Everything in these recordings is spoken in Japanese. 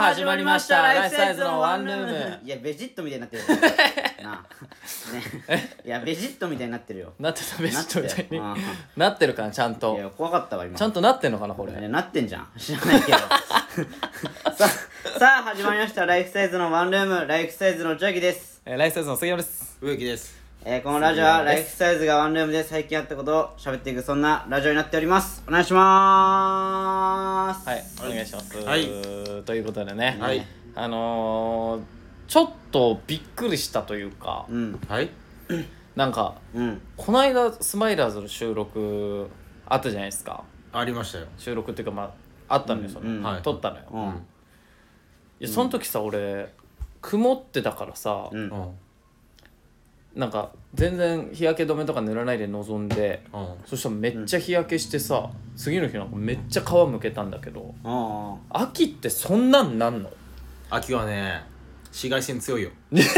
始まりましたライフサイズのワンルーム。 いやベジットみたいになってるなあねいやベジットみたいになってるよ。 なってたベジットみたいになってなってるかなちゃんと。 いや怖かったわ今。 ちゃんとなってんのかなこれ。 なってんじゃん知らないけどさあ始まりましたライフサイズのワンルーム。ライフサイズのジャギです。 ライフサイズの杉山です。 植木です。 このラジオはライフサイズがワンルームで最近あったことを喋っていくそんなラジオになっております。お願いしまーす。 はいお願いします、 はい、 ということでね、 はい、 ちょっとびっくりしたというか、 はい、 なんか、この間スマイラーズの収録あったじゃないですか。 ありましたよ。 収録っていうかあったのよ、 はい、 撮ったのよ、いやその時さ、俺曇ってたからさ、なんか全然日焼け止めとか塗らないで臨んで、そしたらめっちゃ日焼けしてさ、次の日なんかめっちゃ皮むけたんだけど、秋ってそんなんなんの？ 秋はね紫外線強いよ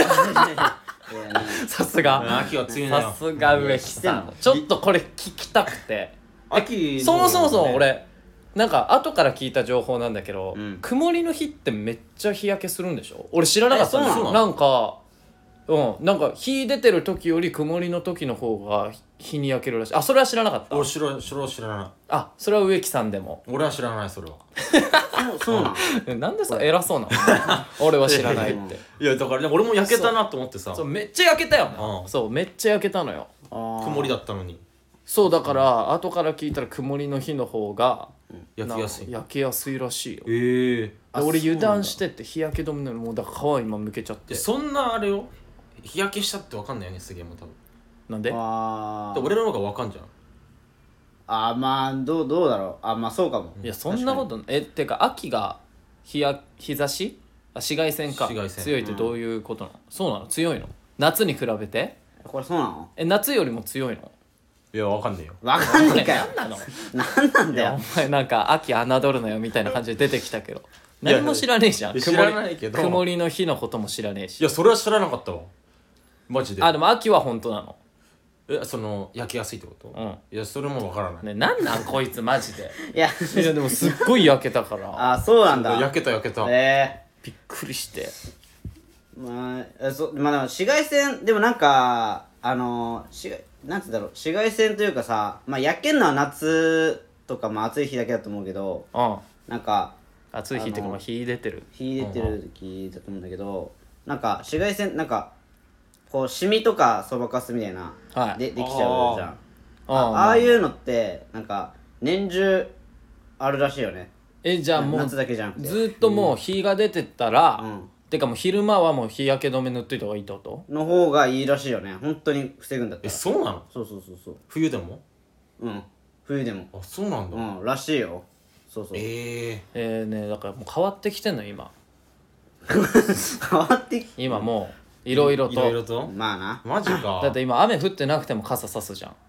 さすが秋は強いのよ。 さすが植木さん。ちょっとこれ聞きたくて秋そもそも俺なんか後から聞いた情報なんだけど、曇りの日ってめっちゃ日焼けするんでしょ？俺知らなかったんだよ。なんかなんか日出てる時より曇りの時の方が日に焼けるらしい。あ、それは知らなかった。 俺知らない。 あ、それは植木さんでも。 俺は知らない。それはそうなのなんでさ偉そうなの俺は知らないっていやだから、ね、俺も焼けたなと思ってさ。 そうめっちゃ焼けたよな、そうめっちゃ焼けたのよ。 曇りだったのに。 そうだから後から聞いたら曇りの日の方が焼けやすいらしいよ。俺油断してって日焼け止めのもうだから皮今むけちゃって。 そんなあれよ、日焼けしたって分かんないよね、杉山多分。 なんで？ 俺の方が分かんじゃん。 まあどうだろう。まあそうかも。 いやそんなことてか秋が日差し紫外線か強いってどういうことなの？そうなの？強いの？夏に比べて？ これそうなの？ 夏よりも強いの？ いや分かんねえよ。 分かんねえかよ。 何なの？ 何なんだよ。 お前なんか秋侮るのよみたいな感じで出てきたけど何も知らねえじゃん。 知らないけど曇りの日のことも知らねえし。 いやそれは知らなかったわマジで。 でも秋は本当なの？ その焼きやすいってこと？いやそれもわからない。 ね、なんなんこいつマジでいやでもすっごい焼けたからそうなんだ。 焼けたびっくりして。 まあでも紫外線でもなんかなんつうんだろう、紫外線というかさ、焼けんのは夏とか暑い日だけだと思うけど、なんか暑い日っていうか日出てる時だと思うんだけど、なんか紫外線なんかこうシミとかそばかすみたいな、できちゃうじゃん。ああいうのってなんか年中あるらしいよね。 じゃあもう夏だけじゃなくてずっともう日が出てったら、てかもう昼間はもう日焼け止め塗っといた方がいいってことの方がいいらしいよね。本当に防ぐんだったら。 そうなの？ そう冬でも？ 冬でも。 そうなんだ。 らしいよ。 ねだからもう変わってきてんの今変わってき今もういろいろとまあな。 マジか。 だって今雨降ってなくても傘さすじゃん。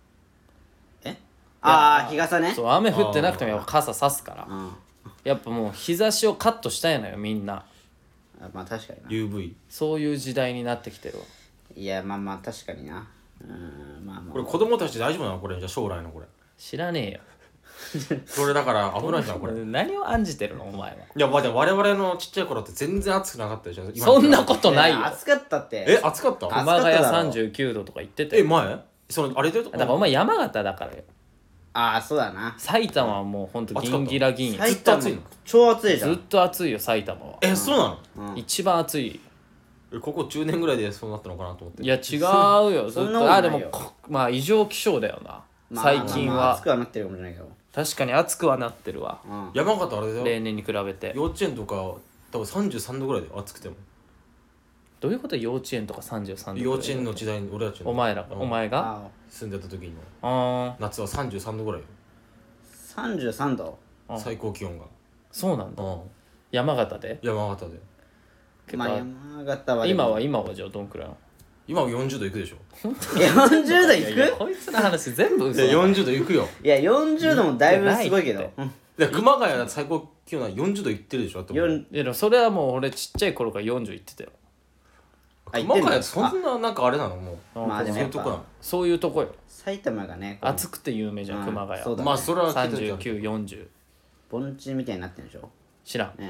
日傘ね。 そう雨降ってなくてもやっぱ傘さすから、やっぱもう日差しをカットしたいのよみんな。 まあ確かにな。 UV そういう時代になってきてるわ。 いやまあ確かにな。 これ子供たち大丈夫なのこれ？じゃあ将来のこれ知らねえよこれだから危ないじゃんこれ。 何を案じてるのお前は。 いや我々のちっちゃい頃って全然暑くなかったでしょ。 そんなことないよ。 暑かったって。 暑かった？ 熊谷39度とか言ってたよ。 前そのあれでだからお前山形だからよ。 そうだな。 埼玉はもうほんとギンギラギン。 ずっと暑いの？ 超暑いじゃん。 ずっと暑いよ埼玉は。 そうなの？一番暑い。 ここ10年ぐらいでそうなったのかなと思って。 いや違うよずっと。でもまあ異常気象だよな最近は。 暑くはなってるかもしれないけど。 確かに暑くはなってるわ。 山形あれだよ。 例年に比べて。 幼稚園とか多分33度ぐらいで暑くても。 どういうこと？幼稚園とか33度。 幼稚園の時代に俺たちのお前が住んでた時の夏は33度ぐらいよ。 33度最高気温が。 そうなんだ。山形で？ 山形で。 山形は今はじゃあどんくらいなの？ 今は40度いくでしょ。 40度いく？ こいつの話全部嘘だ。 40度いくよ。 いや40度もだいぶすごいけど。 熊谷だって最高気温は40度いってるでしょ。 でもそれはもう俺ちっちゃい頃から40いってたよ。 熊谷そんななんかあれなのもう。 まあでもやっぱそういうとこよ。 埼玉がね暑くて有名じゃん熊谷。 まあそれは 39、40。 盆地みたいになってるでしょ。 知らん。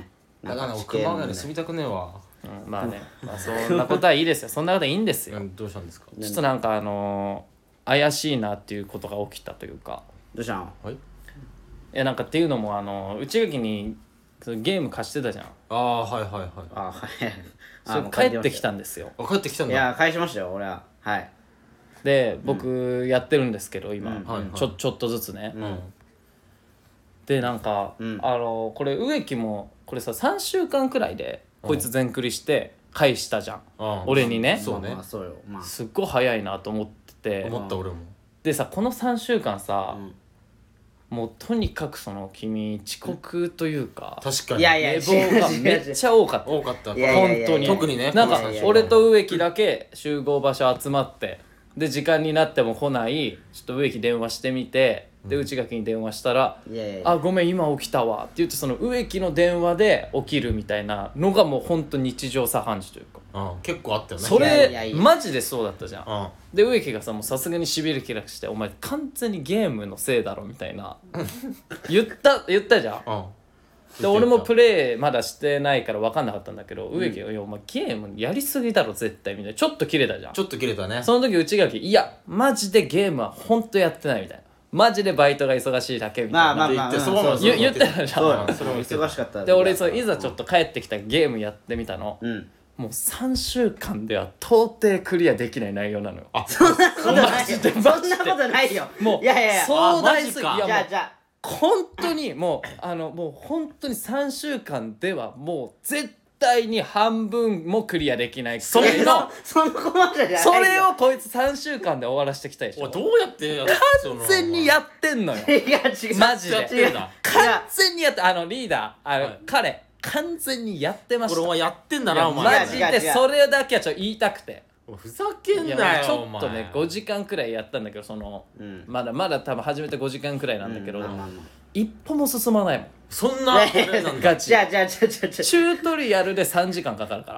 だから熊谷に住みたくねえわ。 まあね、まあそんなことはいいですよ。そんなことはいいんですよ。 どうしたんですか。 ちょっとなんか怪しいなっていうことが起きたというか。 どうしたの？ はい。 いやなんかっていうのも内垣にゲーム貸してたじゃん。 ああはいはいはい。 あはいそれ帰ってきたんですよ。 帰ってきたんだ。 いや返しましたよ俺は。はい。 で僕やってるんですけど今、ちょっとずつね。でなんか、これ植木もこれさ3週間くらいでこいつ全クリして返したじゃん、俺にね。 そうね、 そうよ、 すっごい早いなと思ってて。 思った俺も。 でさこの3週間さ、もうとにかく君遅刻というか、 確かにいやいや寝坊がめっちゃ多かった。 多かった。 本当に特にね。 なんか俺と植木だけ集合場所集まって、で時間になっても来ない。ちょっと植木電話してみて、で内垣に電話したら「あごめん今起きたわ」って言って、その植木の電話で起きるみたいなのがもうほんと日常茶飯事というか、 結構あったよね。 それマジでそうだったじゃん。で植木がさもうさすがにしびれ切らして「お前完全にゲームのせいだろ」みたいな言ったじゃん。で俺もプレイまだしてないから分かんなかったんだけど、植木が「いやお前ゲームやりすぎだろ絶対」みたいな、ちょっと切れたじゃん。 ちょっと切れたね。 その時内垣「いやマジでゲームはほんとやってない」みたいな、マジでバイトが忙しいだけみたいな言ってたじゃん。 それも忙しかった。 で俺いざちょっと帰ってきたゲームやってみたの、もう3週間では到底クリアできない内容なのよ。 そんなことないよ。そんなことないよ。 もういやいや壮大すぎ。 じゃあ本当にもう本当に3週間ではもう絶対に半分もクリアできないくらいのそのコマじゃないよ。 それをこいつ3週間で終わらしてきたでしょ。 どうやって完全にやってんのよ。 いや違うマジで完全にやって、リーダー彼完全にやってました。 これお前やってんだなお前。 マジでそれだけはちょっと言いたくて。 ふざけんなよ。 ちょっとね5時間くらいやったんだけど、まだ多分始めて5時間くらいなんだけど、一歩も進まないもん。 そんなガチ。 じゃあチュートリアルで3時間かかるから。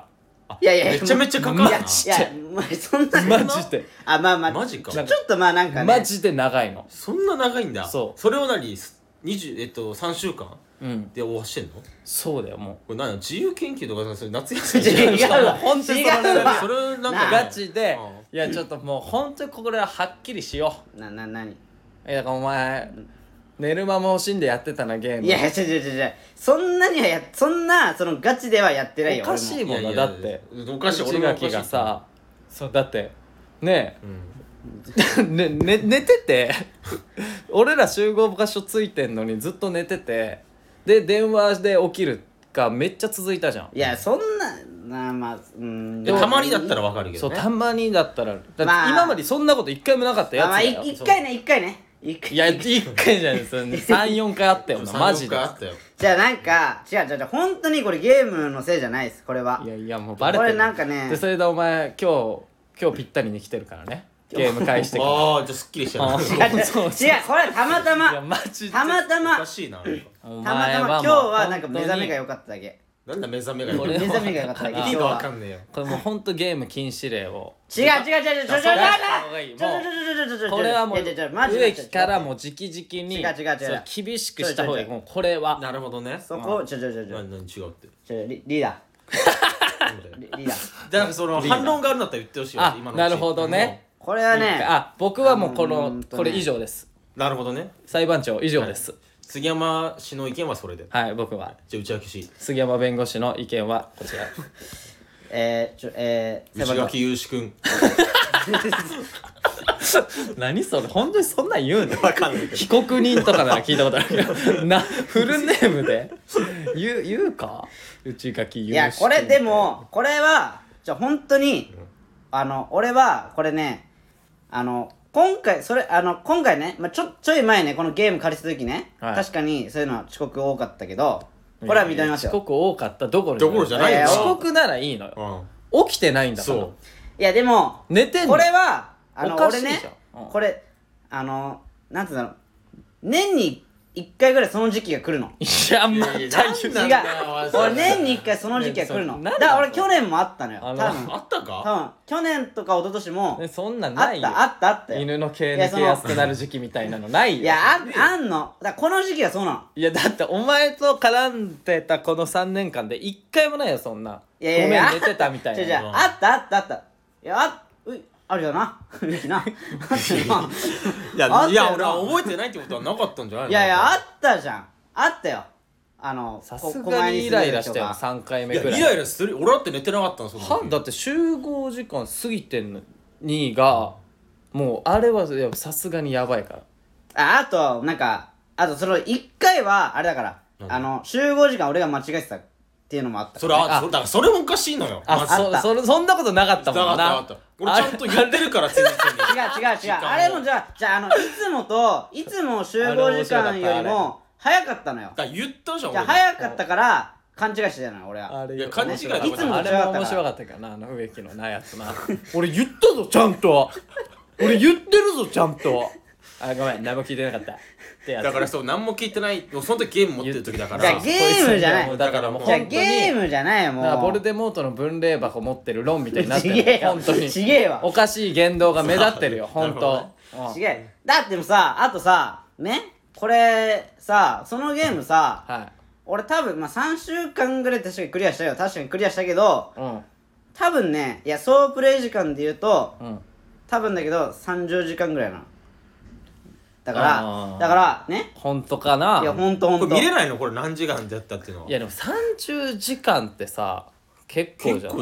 いやいやめちゃめちゃかかるな。 いやそんなマジでマジか。 ちょっとなんかねマジで長いの。 そんな長いんだ。 そう。 それを3週間で終わしてんの？ そうだよ。もうこれ何自由研究とかそれ夏休み違うわ。 本当に違うわ。 それなんかガチで、いやちょっともう本当にこれははっきりしよう。 何？ いやだからお前寝る間も惜しんでやってたなゲーム。 いや違うそんなそのガチではやってないよ。 おかしいもんな。だっておかしい。 内垣がさ、そうだってね寝てて俺ら集合場所ついてんのにずっと寝てて、で電話で起きるがめっちゃ続いたじゃん。 いやそんなたまにだったらわかるけどね。 そうたまにだったら、だって今までそんなこと一回もなかったやつだよ。 一回ねいや1回じゃないですよ。3,4 回あったよなマジで。 じゃあなんか違う本当にこれゲームのせいじゃないですこれは。 いやもうバレてる。 これなんかね。 でそれでお前今日ぴったりに来てるからね、ゲーム返してから。 ああじゃあすっきりしたね。 違うこれたまたまいやマジでたまたまおかしいな。 お今前は日はなんか目覚めが良かっただけ。 なんだ目覚めがこれ目覚めが良かっただけ。 意味がわかんねえよ。 これもうほんとゲーム禁止令を。 違うこれはもう植木からもう直々に違う厳しくした方がいい。もうこれはなるほどね。 そこ何違うって。 リーダーリーダーだからその反論があるんだったら言ってほしいよ。 あなるほどね。 これはね僕はもうこれ以上です。 なるほどね。 裁判長以上です。 杉山氏の意見はそれで。 はい僕は。 じゃあ内垣氏。 杉山弁護士の意見はこちら。 内垣雄志君。 何それ本当にそんなん言うの？ わかんないけど。 被告人とかなら聞いたことあるけどフルネームで言うか内垣雄志君。 いやこれでもこれは本当に俺はこれね今回ね、ちょい前ねこのゲーム借りた時ね、確かにそういうのは遅刻多かったけどこれは認めますよ。 遅刻多かったどころじゃないよ。 遅刻ならいいのよ。起きてないんだから。いやでも寝てんの。 これは俺ねここれなんていうんだろう、年に 1回ぐらいその時期が来るの。 いやまた違う、俺年に1回その時期が来るの。だから俺去年もあったのよ。多分あったか。 去年とか一昨年もそんなんないよ。 あったよ。 犬の毛抜けやすくなる時期みたいなのないよ。 いやあんの。だからこの時期はそうなの。 いやだってお前と絡んでたこの3年間で1回もないよそんな。 いやいやごめん寝てたみたいな。 じゃあったいやあるよなウィキなあったよな。 いや俺は覚えてないってことはなかったんじゃないの。 いやあったじゃん。あったよ。 さすがにイライラしたよ3回目くらい。 イライラする。俺だって寝てなかったのその時。 だって集合時間過ぎてんのにがもうあれはさすがにやばいから。 あとなんかその1回はあれだから集合時間俺が間違えてたっていうのもあったから、 だからそれもおかしいのよ。 そんなことなかったもんな。 俺ちゃんと言ってるから全然。 違うあれもじゃあいつも集合時間よりも早かったのよ。 だ言ったじゃん。 じゃあ早かったから勘違いしてたの俺は。 いや勘違いだ。 いつもあれも面白かったからな植木のなやつな。俺言ったぞちゃんと。俺言ってるぞちゃんと。ごめん何も聞いてなかったってやつ。 だから何も聞いてない。その時ゲーム持ってる時だから。 じゃあゲームじゃない。 だからもうじゃあゲームじゃないよもう。 ボルデモートの分霊箱持ってる論みたいになってる。 ちげえよ本当にちげえわ。 おかしい言動が目立ってるよ本当。 ちげえ。だってもさあとさねこれさそのゲームさ、 はい、 俺多分3週間ぐらい確かにクリアしたよ。確かにクリアしたけど、多分ねいや総プレイ時間で言うと、多分だけど30時間ぐらいなの。だからね本当かな。 いや本当これ見れないのこれ何時間だったっていうのは。 いやでも30時間ってさ結構じゃない。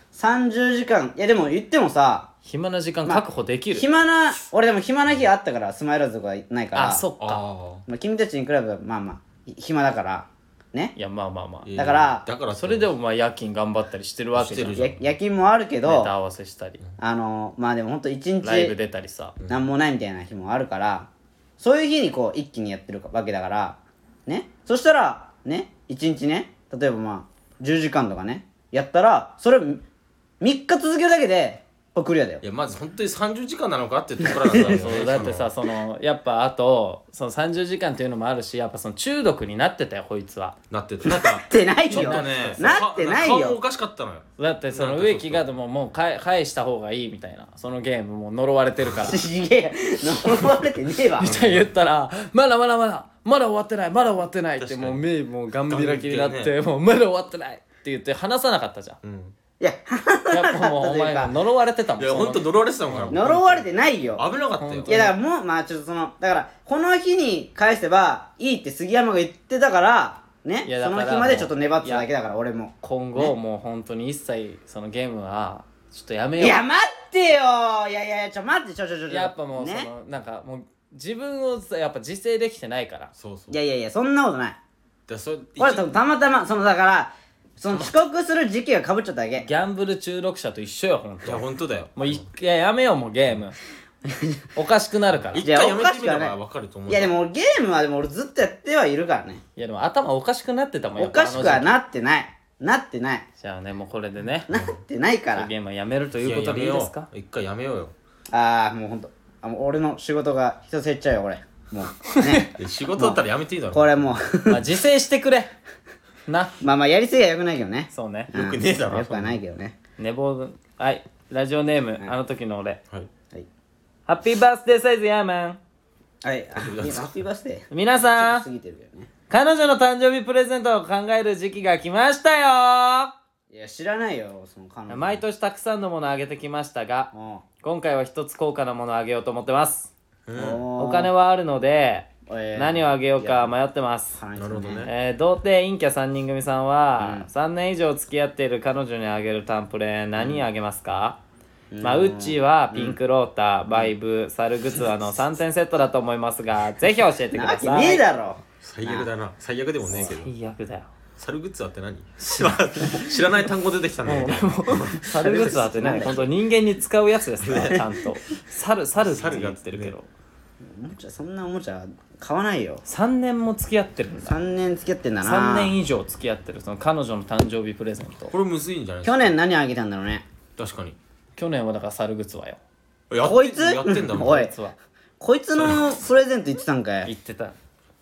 30時間いやでも言ってもさ暇な時間確保できる。 俺でも暇な日あったからスマイラーズとかないから。 そっか。 君たちに比べばまあ暇だからね。 いやまあだからそれでも夜勤頑張ったりしてるわけじゃん。 夜勤もあるけどネタ合わせしたりまあでもほんと一日ライブ出たりさなんもないみたいな日もあるからそういう日にこう一気にやってるわけだからね。そしたらね一日ね例えば10時間とかねやったらそれ3日続けるだけでクリアだよ。 いやまず本当に30時間なのかっていうところなんだよ。 そうだってさやっぱあとその30時間っていうのもあるしやっぱその中毒になってたよこいつは。 なってた。 なってないよ。 なってないよ。 顔もおかしかったのよ。 だってその植木がもう返した方がいいみたいなそのゲームもう呪われてるから。 ちげえ呪われてねえわ。 みたいに言ったらまだ終わってないってもう目もうガン開きになってもうまだ終わってないって言って話さなかったじゃん。 いややっぱもうお前呪われてたもん。 いやほんと呪われてたもんから。 呪われてないよ。 危なかったよ。 いやだからもうちょっとだからこの日に返せばいいって杉山が言ってたからね。その日までちょっと粘ってただけだから俺も今後もう本当に一切そのゲームはちょっとやめよう。 いや待ってよ。いや待ってやっぱもうなんかもう自分をやっぱ自制できてないから。 いやそんなことない。 俺たまたまだから遅刻する時期が被っちゃっただけ。 ギャンブル中毒者と一緒よ本当。 いや本当だよ。 もうやめようもうゲームおかしくなるから。 一回やめてみれば分かると思う。 いやでもゲームは俺ずっとやってはいるからね。 いやでも頭おかしくなってたもん。 おかしくはなってないじゃあねもうこれでねなってないからゲームはやめるということでいいですか。 一回やめようよ。 もうほんともう俺の仕事が一つ減っちゃうよ俺もうね。 仕事だったらやめていいだろ。 これもう自制してくれな。 やりすぎはよくないけどね。 そうね。 よくねえだろ。 よくはないけどね。 寝坊はいラジオネームあの時の俺。 はい。 ハッピーバースデーサイズヤーマン。 はいハッピーバースデー。 皆さん過ぎてるけどね。 彼女の誕生日プレゼントを考える時期が来ましたよ。 いや知らないよその彼女。 毎年たくさんのものをあげてきましたが今回は一つ高価なものをあげようと思ってます。お金はあるので何をあげようか迷ってます。 なるほどね。 童貞陰キャ3人組さんは3年以上付き合っている彼女にあげるタンプレ何あげますか。ウッチーはピンクローター、バイブ、サルグツアの3点セットだと思いますがぜひ教えてください。 なわけねえだろ。 最悪だな。最悪でもねえけど。 最悪だよ。 サルグツアって何？知らない単語出てきたね。 サルグツアってね本当人間に使うやつですねちゃんと。サルって言ってるけど。 そんなおもちゃ買わないよ。 3年も付き合ってるんだ。 3年付き合ってんだな。 3年以上付き合ってるその彼女の誕生日プレゼント。 これむずいんじゃないですか。 去年何あげたんだろうね。 確かに。 去年はだからサルグツアよ。 こいつやってんだもん。 おいこいつのプレゼント言ってたんかい。 言ってた。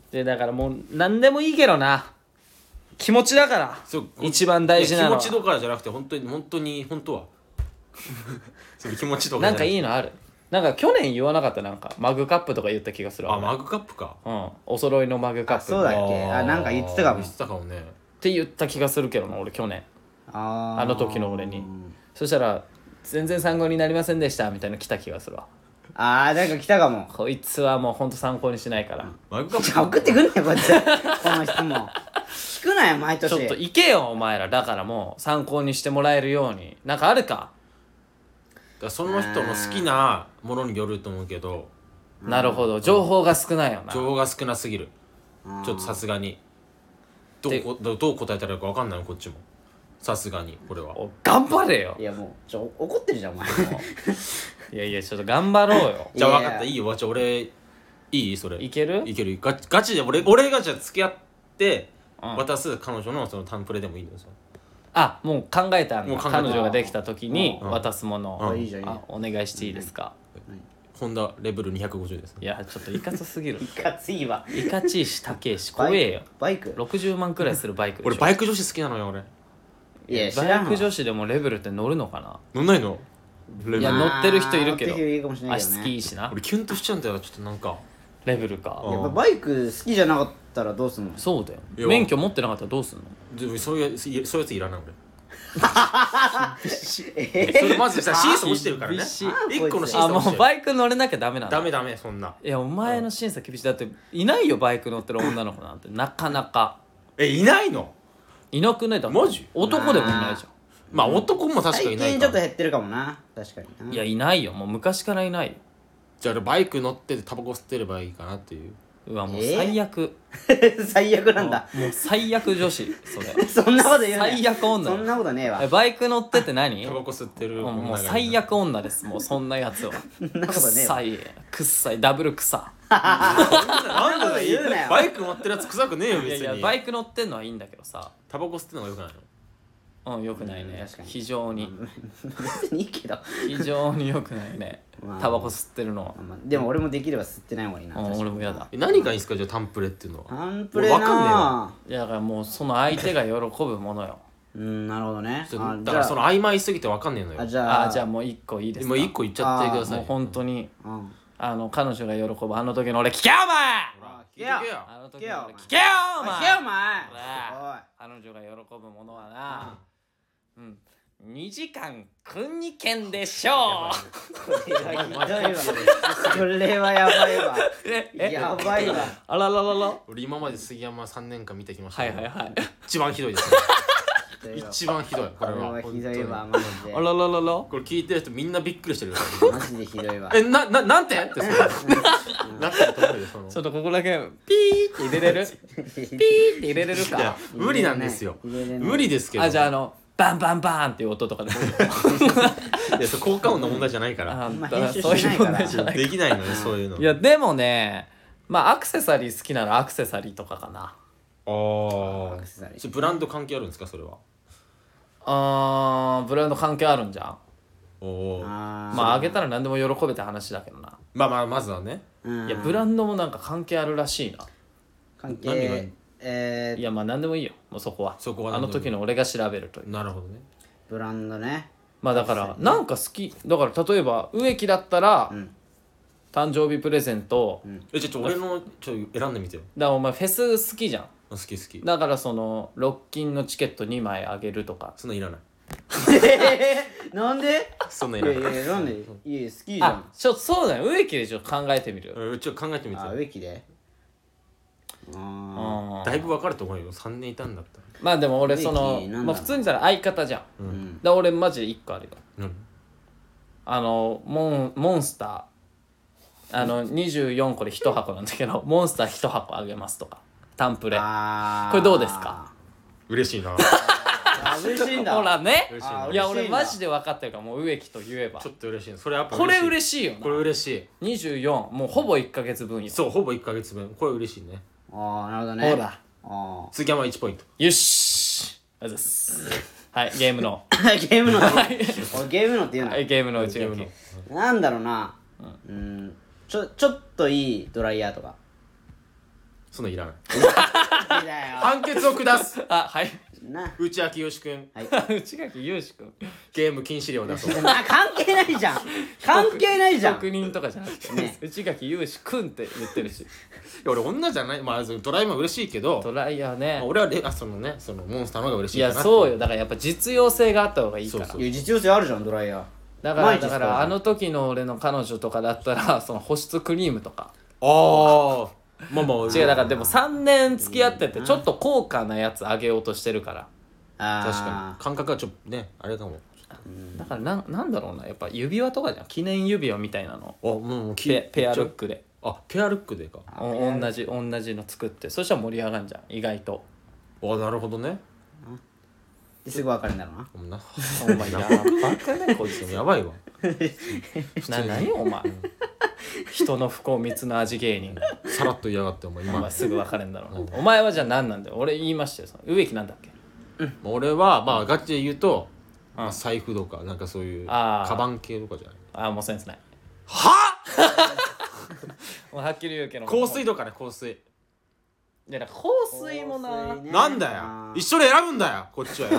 でだからもう何でもいいけどな、気持ちだから一番大事なのは。 気持ちとかじゃなくて本当はその気持ちとかなんかいいのある？なんか去年言わなかった？なんかマグカップとか言った気がする。 マグカップか。 お揃いのマグカップ。 そうだっけ？なんか言ってたかも。 言ってたかもね。 って言った気がするけどな、俺去年。あの時の俺に。そしたら全然参考になりませんでしたみたいな来た気がするわ。 なんか来たかも。 こいつはもうほんと参考にしないから。 マグカップ送ってくんねよこいつ。この質問聞くなよ毎年。 ちょっと行けよお前ら。だからもう参考にしてもらえるようになんかあるか。 その人の好きなものによると思うけど。 なるほど、情報が少ないよな。 情報が少なすぎる。ちょっとさすがにどう答えたらいいか分かんないのこっちも。さすがにこれは頑張れよ。 いやもう怒ってるじゃんお前。 いやちょっと頑張ろうよ。 じゃあ分かった、いいよ。じゃあ俺いい？それいけるガチで俺がじゃあ付き合って渡す彼女のそのタンプレでもいいんだよ。 もう考えたんだ。彼女ができた時に渡すものをお願いしていいですか？ ホンダレベル250です。 いやちょっといかつすぎる。 いかついわ。 いかちいし高えし怖えよ。 バイク 60万くらいするバイクでしょ。 俺バイク女子好きなのよ俺。 いやバイク女子でもレベルって乗るのかな？ 乗んないの？ いや乗ってる人いるけど足つきいいしな。 俺キュンとしちゃうんだよ。ちょっとなんかレベルか。 やっぱバイク好きじゃなかったらどうすんの？ そうだよ。免許持ってなかったらどうすんの？ でもそういうやついらない俺。それまずさシーソー落ちてるからね。1個のシーソー落ちてる。 もうバイク乗れなきゃダメなんだ。 ダメそんな。 いやお前の審査厳しい。だっていないよバイク乗ってる女の子なんてなかなか。 いないの？ いなくないだろ。 マジ？ 男でもいないじゃん。 まあ男も確かにいないか。 最近ちょっと減ってるかもな。確かに。 いやいないよ。もう昔からいないよ。 じゃあバイク乗っててタバコ吸ってればいいかなっていう。 うわもう最悪。 最悪なんだ。 もう最悪女子それ。 そんなこと言うね。 最悪女。 そんなことねえわ。 バイク乗ってて何？ タバコ吸ってる女がいる。 もう最悪女です。もうそんなやつは。 そんなことねえわ。 くっさいダブル草。 なんだ言うなよ。 バイク乗ってるやつ臭くねえよ別に。 いやバイク乗ってんのはいいんだけどさ。 タバコ吸ってんのがよくないの？ よくないね。 確かに非常に別にいいけど。 非常によくないね。タバコ吸ってるの。 でも俺もできれば吸ってない方がいいな。 俺も嫌だ。 何がいいんすかじゃあタンプレっていうのは。 タンプレな。 わかんねえわ。 いやだからもうその相手が喜ぶものよ。 なるほどね。 だからその曖昧すぎてわかんねえのよ。 じゃあもう一個いいですか？ もう一個言っちゃってください。 もう本当に彼女が喜ぶあの時の俺聞けよお前。 聞けよ。 あの時の俺聞けよお前。 聞けよお前。 彼女が喜ぶものはな。2時間君に券でしょう。 それはやばいわ。やばいわ。 あらららら。 俺今まで杉山3年間見てきました。 はい。 一番ひどいですね。一番ひどい。これはひどいわマジで。 あらららら。 これ聞いてる人みんなびっくりしてるよ。 マジでひどいわ。 なんてってなってると思うよ。 ちょっとここだけピーって入れれる？ピーって入れれるか？ いや無理なんですよ。無理ですけど。 じゃあバンバンバーンっていう音とかでもいいやそれ効果音の問題じゃないからそういう問題じゃないできないのよそういうの。 いやでもねアクセサリー好きならアクセサリーとかかな。 ブランド関係あるんですかそれは？ ブランド関係あるんじゃん。あげたら何でも喜べた話だけどな。 まずはね。 いやブランドもなんか関係あるらしいな。 関係いや何でもいいよもうそこはあの時の俺が調べるという。 なるほどね。 ブランドね。 だからなんか好きだから例えば植木だったら誕生日プレゼント。 俺の選んでみてよ。 だからお前フェス好きじゃん。 好きだからそのロッキンのチケット2枚あげるとか。 そんなんいらない。 なんで？ そんなんいらない。 いやなんで？いや好きじゃん。 そうだよ植木で考えてみる。 ちょっと考えてみて。 植木で。 だいぶ分かると思うよ。3年いたんだったら。でも俺その普通に言ったら相方じゃん。だ俺マジで1個あるよ。モンスター24個で1箱なんだけどモンスター1箱あげますとかタンプレ。これどうですか？ 嬉しいな。 嬉しいんだ。 ほらね。 いや俺マジで分かってるからもう植木と言えばちょっと嬉しいな。それやっぱこれ嬉しいよな。 これ嬉しい。 24もうほぼ1ヶ月分よ。 そうほぼ1ヶ月分。これ嬉しいね。 なるほどね。 ほら杉山1ポイント。 よしあざっす。はいゲームのゲームのゲームのって言うな。 ゲームの内垣なんだろうな。ちょっといいドライヤーとか。 そんなんいらないいいだよ判決を下すはいな内垣よし君内垣勇志君ゲーム禁止令を出そう関係ないじゃん関係ないじゃん被告人とかじゃなくて、 ね内垣勇志君って言ってるし俺女じゃないまあドライバー嬉しいけどトライヤーね俺はそのモンスターの方が嬉しいかないやそうよだからやっぱ実用性があった方がいいからそういや実用性あるじゃんドライヤーだからあの時の俺の彼女とかだったらその保湿クリームとかああまあまあ違うだからでも3年付き合っててちょっと高価なやつあげようとしてるから確かに感覚はちょっとねあれかもだからなんだろうなやっぱ指輪とかじゃん記念指輪みたいなのもうペアルックでペアルックでか同じの作ってそしたら盛り上がるじゃん意外となるほどねすぐ別れんだろうなお前やばくねこいつやばいわ何お前人の不幸蜜の味芸人がさらっと嫌がってお前お前すぐ別れんだろうお前はじゃあ何なんだよ俺言いましたよ植木なんだっけ俺はまあガチで言うと財布とかなんかそういうカバン系とかじゃないもうセンスないはもうはっきり言うけど香水とかね香水いや香水もななんだよ一緒に選ぶんだよこっちはよ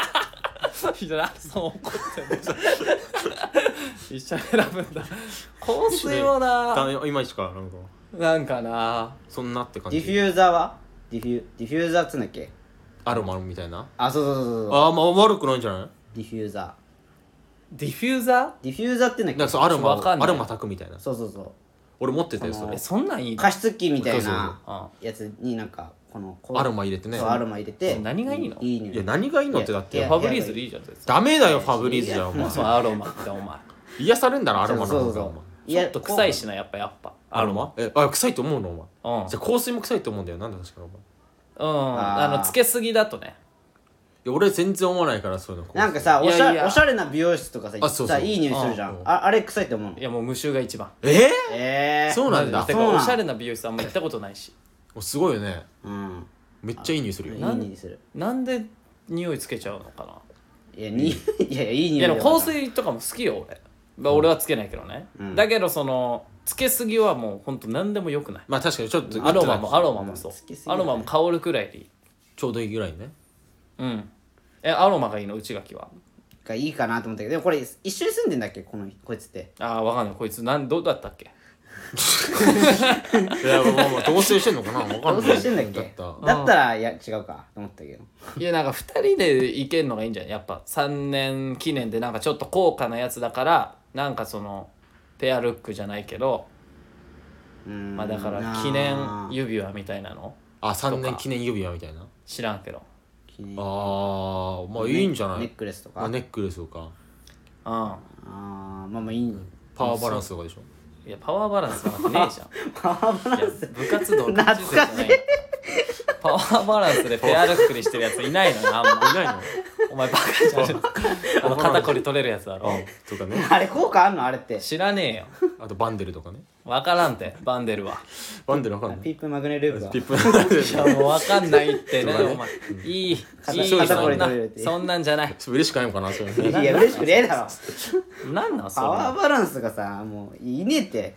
そう怒ってる一緒に選ぶんだ香水もないまいちかなんかなそんなって感じディフューザーはディフューザーっつうんだっけアロマみたいなそうまあ悪くないんじゃないディフューザディフューザーってんだっけなんかアロマ炊くみたいなそう俺持ってたよそれそんなんいいの加湿器みたいなそうやつになんかこのアロマ入れてねアロマ入れて何がいいのいい匂いいや何がいいのってだってファブリーズでいいじゃんダメだよファブリーズじゃんお前そうアロマってお前癒されんだろアロマの方がそうちょっと臭いしなやっぱアロマ臭いと思うのお前じゃあ香水も臭いと思うんだよなんだ確かお前つけすぎだとねいや俺全然思わないからそういうのなんかさおしいやいやゃれな美容室とかさいい匂いするじゃんあれ臭いって思うのいやもう無臭が一番そうなんだてかおしゃれな美容室あんま行ったことないしすごいよねうんめっちゃいい匂いするよいい匂いするなんで匂いつけちゃうのかないやいやいい匂いいやでも香水とかも好きよ俺はつけないけどねだけどそのつけすぎはもうほんと何でもよくないまあ確かにちょっとアロマもそうアロマも香るくらいでいいちょうどいいぐらいねアロマがいいの内垣はがいいかなと思ったけどでもこれ一緒に住んでんだっけこいつってわかんないこいつどうだったっけいやまあ同棲してんのかな分かんない同棲してんだっけだったらいや違うかと思ったけどいやなんか2人で行けんのがいいんじゃないやっぱ3年記念でなんかちょっと高価なやつだからなんかそのペアルックじゃないけどまあだから記念指輪みたいなの 3年記念指輪みたいな知らんけどまあいいんじゃないネックレスとかネックレスとかまあいいパワーバランスとかでしょいやパワーバランスなんてねえじゃんパワーバランス部活動懐かしいパワーバランスでペアルックにしてるやついないのよあんまいないのお前バカじゃん肩こり取れるやつだろとかねあれ効果あんのあれって知らねえよあとバンデルとかね分からんてバンデルはバンデル分かんないピップマグネループはピップいやもう分かんないってねお前いい肩こり取れるってそんなんじゃない嬉しくないのかなそれいや嬉しくねえだろなんなんそれパワーバランスがさもういねえって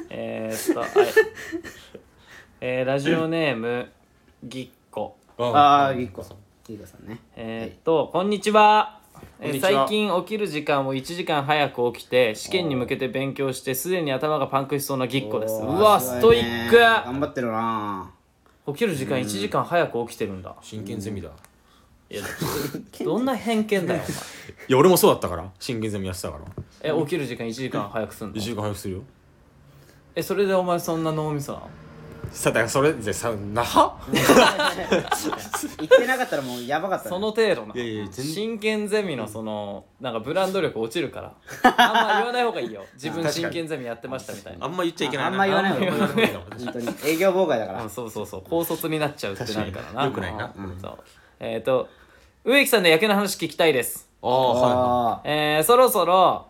ラジオネームぎっこぎっこさんねこんにちは最近起きる時間を1時間早く起きて試験に向けて勉強してすでに頭がパンクしそうなぎっこですうわストイック頑張ってるな起きる時間1時間早く起きてるんだ真剣ゼミだいやどんな偏見だよお前いや俺もそうだったから真剣ゼミやってたから起きる時間1時間早くすんの 1時間早くするよそれでお前そんな脳みそなのだからそれでさな言ってなかったらもうやばかったねその程度な真剣ゼミのそのなんかブランド力落ちるからあんま言わない方がいいよ自分真剣ゼミやってましたみたいなあんま言っちゃいけないあんま言わない方がいい本当に営業妨害だからそう高卒になっちゃうってなるからなよくないなそう植木さんの野球の話聞きたいですはそろそろ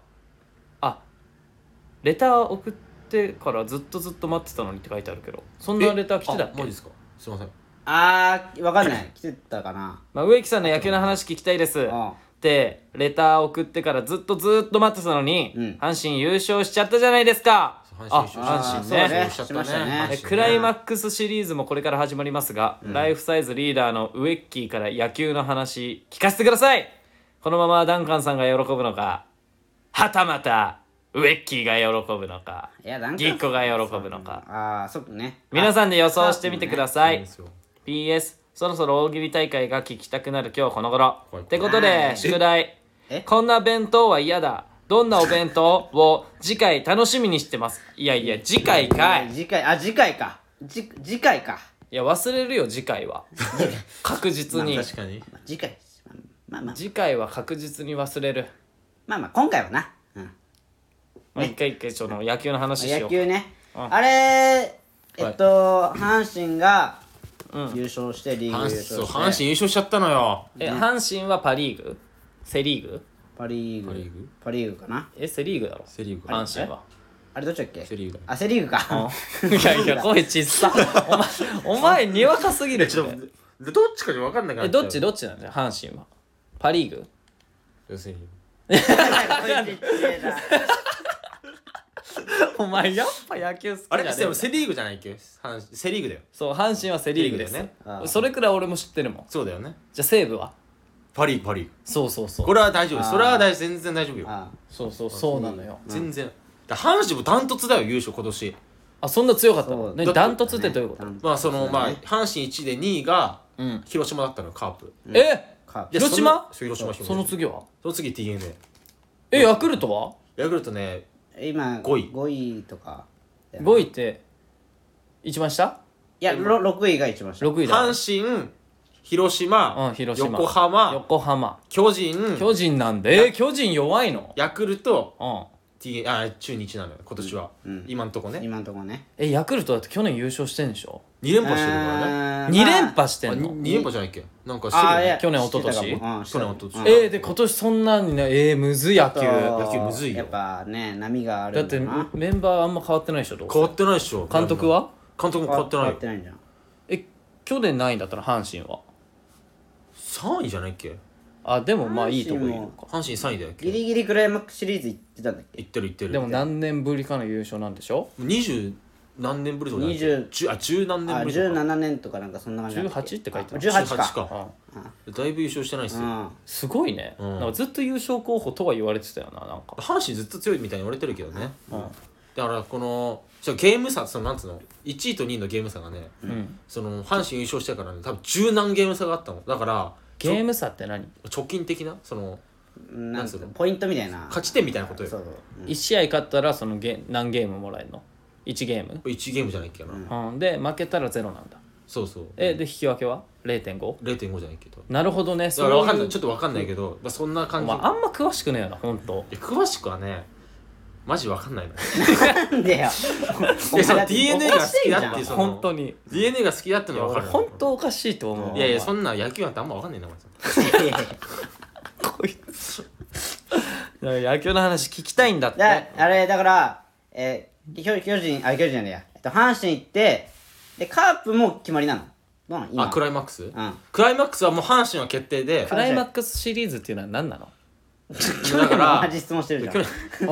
レター送ってからずっと待ってたのにって書いてあるけどそんなレター来てたっけマジですかすいませんわかんない来てたかな植木さんの野球の話聞きたいですってレター送ってからずっと待ってたのに阪神優勝しちゃったじゃないですか阪神ねしましたね。 クライマックスシリーズもこれから始まりますが、ライフサイズリーダーのウェッキーから野球の話聞かせてください。このままダンカンさんが喜ぶのか、はたまたウェッキーが喜ぶのか、ギッコが喜ぶのか、 そうね。 皆さんで予想してみてください。PS そろそろ大喜利大会が聞きたくなる今日この頃ってことで宿題、こんな弁当は嫌だ、どんなお弁当を次回楽しみにしてます。いや次回かい。 次回か。次回か。 いや忘れるよ次回は確実に。 確かに次回次回は確実に忘れる。 今回はな。 一回その野球の話しよう。 野球ね。あれ阪神が優勝してリーグ優勝して。 そう阪神優勝しちゃったのよ。 阪神はパリーグ？セリーグ？ パリーグかな。 セリーグだろ。 セリーグ。 阪神はあれどっちだっけ？ セリーグだ。 あ、セリーグか。 いや声ちっさ。お前にわかすぎる。 ちょっとどっちかじゃ分かんないから。 どっちなんだよ阪神は。パリーグ？ セリーグ。 お前やっぱ野球好きじゃねえ。 あれでもセリーグじゃないっけ？セリーグだよ。 そう阪神はセリーグですね。 それくらい俺も知ってるもん。 そうだよね。 じゃあ西武は？ パリーグ。 そうこれは大丈夫です。それは全然大丈夫よ。 そうなのよ。 全然。阪神もダントツだよ優勝今年。 そんな強かったの？ダントツってどういうこと？ 阪神1で2位が広島だったのよカープ。 広島？ その次は？ その次 DNA。 ヤクルトは？ ヤクルトね今5位とか。 5位って一番下？ いや6位が一番下。 6位だ。 阪神、広島、横浜、巨人なんで。巨人弱いの？ ヤクルト、中日なのよ今年は。今んとこね。 ヤクルトだって去年優勝してんでしょ ？2連覇してるからね。 2連覇してんの ？2連覇じゃないっけ？なんか去年一昨年で今年そんなにねむずい野球むずいよ。 やっぱね波があるんだな。 だってメンバーあんま変わってないでしょ？ 変わってないでしょ。 監督は？ 監督も変わってないよ。 変わってないんじゃん。 去年何位だったの阪神は ？3位じゃないっけ？ でもいいとこいいのか。 阪神3位だよ。 ギリギリクライマックスシリーズ行ってたんだっけ？ 行ってる。 でも何年ぶりかの優勝なんでしょ ？20何年ぶりとか10何年ぶりとか 17年とかなんかそんな感じ。 18って書いてある。 18か。だいぶ優勝してないっすよ。 すごいね。なんかずっと優勝候補とは言われてたよな。なんか阪神ずっと強いみたいに言われてるけどね。だからこのゲーム差、なんつうの1位と2位のゲーム差がね、その阪神優勝してからね多分10何ゲーム差があったの。だからゲーム差って何？ 貯金的ななんつうのポイントみたいな勝ち点みたいなことよ。 1試合勝ったらその何ゲームもらえるの？1ゲーム ？1ゲームじゃないっけな。 で負けたら0なんだ。 そうそう。 で引き分けは 0.5？0.5 じゃないけど。 なるほどね。 だから分かんない、ちょっと分かんないけどそんな感じ。 あんま詳しくねえよな本当。 詳しくはねマジ分かんないの。 なんでよ。 DNA が好きだって本当に DNA が好きだってのは分かる。 本当おかしいと思う。 いやそんな野球なんてあんま分かんないな。 こいつ野球の話聞きたいんだって。 あれだから巨人じゃねえや阪神行ってでカープも決まりなの？どうなの今？ クライマックス？クライマックスはもう阪神は決定で。 クライマックスシリーズっていうのは何なの？ だから同じ質問してるじゃん。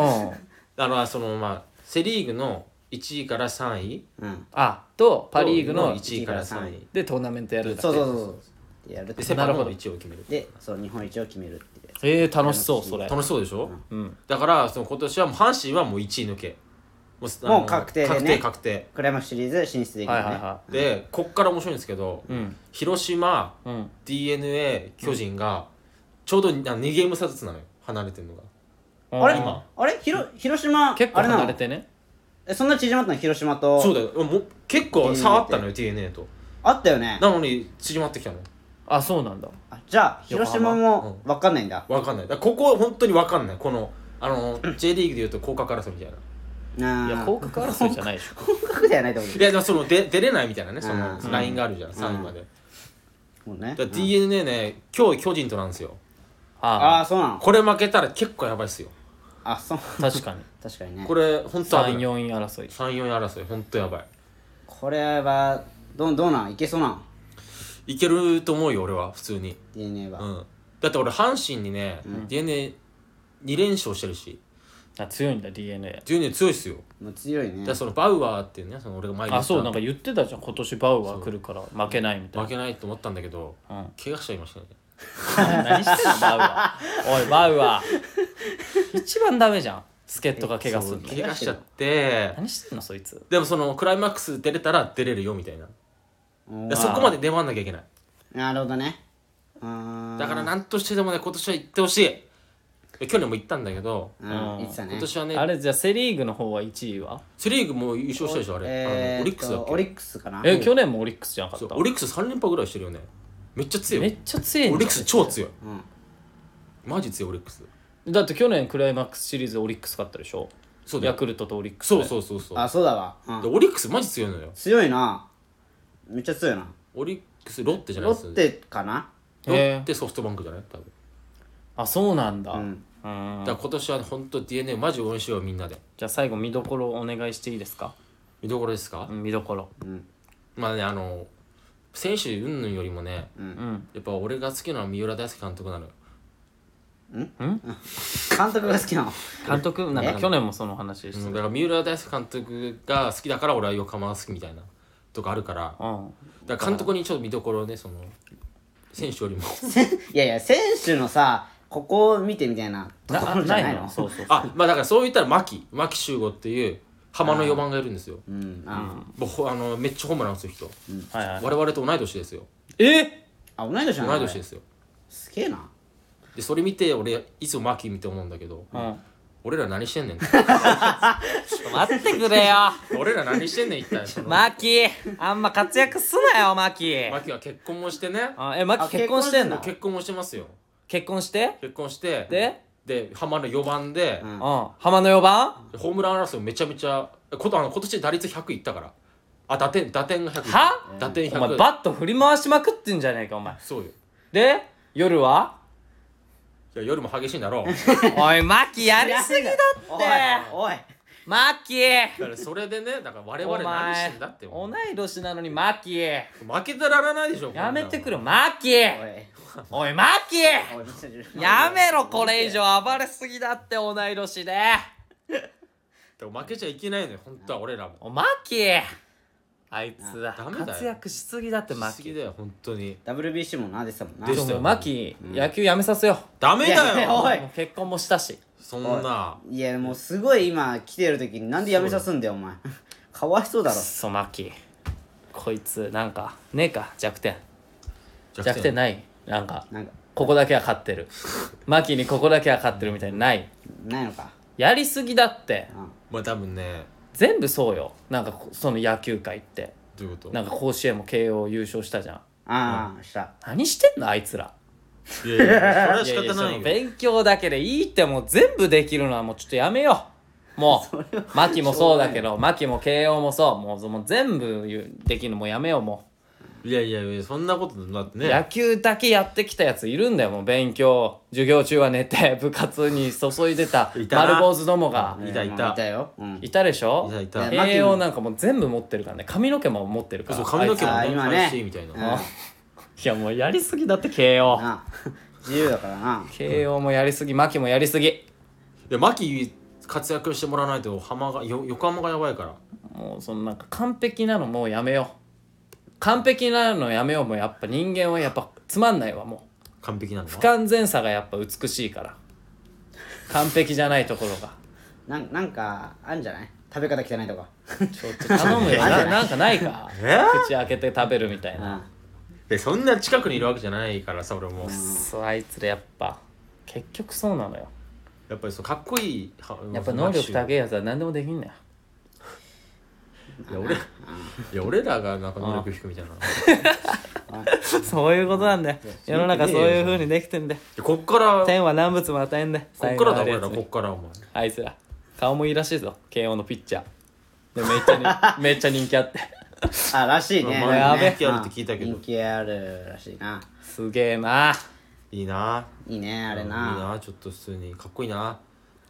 セリーグの1位から3位とパリーグの 1位から3位でトーナメントやるんだって。 そうやるでセパの1位を決める。 で日本一を決めるって楽しそう。それ楽しそうでしょ。だから今年はもう阪神はもう1位抜けもう確定でね。 確定。 クライマックスシリーズ進出できるね。 でこっから面白いんですけど広島 DNA 巨人がちょうど2ゲーム差ずつなのよ離れてるのが。 あれ広島結構離れてね。 そんな縮まったの広島と。 そうだよ。もう結構差あったのよ DNA と。 あったよね。 なのに縮まってきたの。 そうなんだ。 じゃあ広島も分かんないんだ。 分かんない。ここ本当に分かんない。このJ リーグでいうと降格争いみたいな。 いや降格争いじゃないでしょ。 降格ではないと思う。 いやでも出れないみたいなね。そのラインがあるじゃん3位まで。 もうね。 DNA ね今日巨人となんですよ。 そうなの。 これ負けたら結構やばいっすよ。 そう。 確かにね。 これ本当 3、4位争い。 3、4位争い本当やばい。 これはどうなんいけそうなん？ いけると思うよ俺は普通に。 DNA は。 だって俺阪神にね DNA2 連勝してるし強いんだ DNA。 DNA 強いっすよ。 もう強いね。 だからそのバウアーっていうね、その俺が前に言った、 そうなんか言ってたじゃん、今年バウアー来るから負けないみたいな。 負けないと思ったんだけど、怪我しちゃいましたね。 何してんのバウアー。おいバウアー一番ダメじゃん、助っ人が怪我するの。 怪我しちゃって、 何してんのそいつ。 でもそのクライマックス出れたら出れるよみたいな。そこまで出番なきゃいけない。 なるほどね。 だから何としてでもね今年は行ってほしい。去年も行ったんだけど、 言ってたね。 今年はね。 あれじゃあセリーグの方は1位は？ セリーグも優勝したでしょあれ。オリックスだっけ？ オリックスかな。 去年もオリックスじゃなかった？ オリックス3連覇ぐらいしてるよね。めっちゃ強い。 めっちゃ強いんじゃん。 オリックス超強い。マジ強いオリックス。 だって去年クライマックスシリーズオリックス勝ったでしょ。 そうだよ。 ヤクルトとオリックス。 そう。 そうだわ。 オリックスマジ強いのよ。 強いな。めっちゃ強いな。 オリックスロッテじゃないですロッテかな。 ロッテソフトバンクじゃない多分。 そうなんだ。 だから今年は本当 DNA マジ応援しようみんなで。 じゃあ最後見どころお願いしていいですか？ 見どころですか？ 見どころ。 まあね選手云々よりもね、やっぱ俺が好きなのは三浦大輔監督なのよ。 監督が好きなの？ 監督なんか去年もその話してた。 だから三浦大輔監督が好きだから俺は横浜が好きみたいなとかあるから、だから監督にちょっと見どころをね、その選手よりもいや選手のさここを見てみたいなところじゃないの？ そうまあだからそう言ったら牧秀悟っていう浜の4番がいるんですよ。めっちゃホームラン打つ人。我々と同い年ですよ。 同い年なの？ 同い年ですよ。 すげえな。 でそれ見て俺いつも牧見て思うんだけど、俺ら何してんねん。 待ってくれよ。 俺ら何してんねん一体。 マキあんま活躍すなよマキ。 マキは結婚もしてね。 マキ結婚してんの？ 結婚もしてますよ。 結婚してで浜の4番で、 浜の4番ホームラン争いめちゃめちゃ今年打率100いったから。打点が100。打点100。 お前バット振り回しまくってんじゃねえかお前。 そうよ。 で夜は？ いや夜も激しいんだろう。 おいマキやりすぎだって。 おいマキだからそれでね、だから我々何してんだって。 同い年なのにマキ負けたららないでしょ。 やめてくれマキ。おいマキやめろ、これ以上暴れすぎだって同い年で。 負けちゃいけないのよ本当は俺らも。 マキあいつだ活躍しすぎだってマキ。 しすぎだよ本当に。 WBC もなでしたもんな。 でもマキ野球やめさせよう。 ダメだよ。 おいもう結婚もしたし。 そんな。 いやもうすごい今来てる時になんでやめさすんだよお前。かわいそうだろ。 マキこいつなんかねえか弱点ない。なんかここだけは勝ってるマキにここだけは勝ってるみたいにないのか。 やりすぎだって。 まあ多分ね全部そうよ。なんかその野球界ってどういうこと？ なんか甲子園も慶応優勝したじゃん。 した何してんのあいつら。 いやそれは仕方ないよ。 勉強だけでいいって。もう全部できるのはもうちょっとやめよう。もう牧もそうだけど牧も慶応もそうもう全部できるのもうやめよう。もいやそんなことだってね。 野球だけやってきたやついるんだよ。もう勉強授業中は寝て部活に注いでた丸坊主どもがいたよ。 いたでしょ。 いた慶応なんかもう全部持ってるからね。髪の毛も持ってるから。 そう髪の毛も今ねみたいな。 いやもうやりすぎだって慶応。 自由だからな。 慶応もやりすぎ牧もやりすぎ。 いや牧活躍してもらわないと横浜がやばいから。 もうそのなんか完璧なのもうやめよう。完璧なのやめよう。もうやっぱ人間はやっぱつまんないわ。もう完璧なの不完全さがやっぱ美しいから。完璧じゃないところがなんかあんじゃない？食べ方汚いとか。 ちょっと頼むよ。なんかないか口開けて食べるみたいな。 そんな近くにいるわけじゃないからさ俺も。 そうあいつらやっぱ結局そうなのよ。 やっぱりかっこいい。 やっぱ能力高いやつは何でもできんだよ。 俺らがなんか能力低いみたいな。 そういうことなんだよ。世の中そういう風にできてんだよ。 こっから天は何物も与えんだよ。 こっからだ俺らこっからお前。 あいつら顔もいいらしいぞ慶応のピッチャーでめっちゃ人気あって。 らしいね。 人気あるって聞いたけど。 人気あるらしいな。 すげえな。 いいな。 いいねあれな。 いいなちょっと普通にかっこいいな。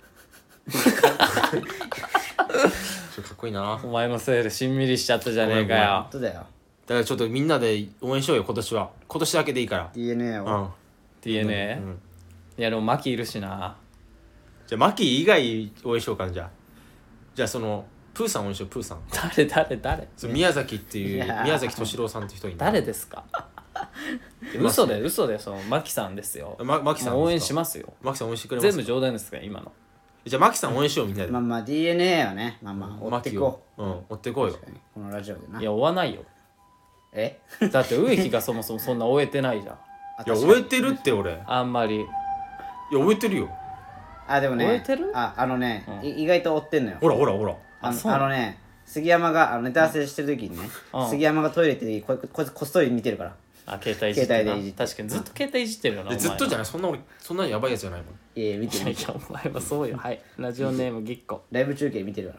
かっこいいな。 お前のせいでしんみりしちゃったじゃねえかよ。 本当だよ。 だからちょっとみんなで応援しようよ今年は。今年だけでいいから。 DNA を。 DNA？いやでも牧いるしな。 じゃあマキ以外応援しようかな。じゃあそのプーさん応援しよう。プーさん誰その宮崎っていう宮崎敏郎さんって人いる。 誰ですか嘘でそのマキさんですよ。 マキさん応援しますよ。 マキさん応援してくれますか。 全部冗談ですから今の。 じゃあマキさん応援しようみんなで。 まあ DNA はね追ってこう。 追ってこうよ。 このラジオでな。 いや追わないよ。だって植木がそもそもそんな終えてないじゃん。 いや終えてるって俺。 あんまり。 いや終えてるよ。 でもね終えてる？ 意外と追ってんのよ。 ほら杉山がネタ合わせしてる時にね、杉山がトイレ行ってこいつこっそり見てるから。 携帯いじってるな。確かにずっと携帯いじってるよな。 ずっとじゃない。そんなやばいやつじゃないもん。 見てる。 いやお前はそうよ。はい。ラジオネームぎっこ。 ライブ中継見てるから。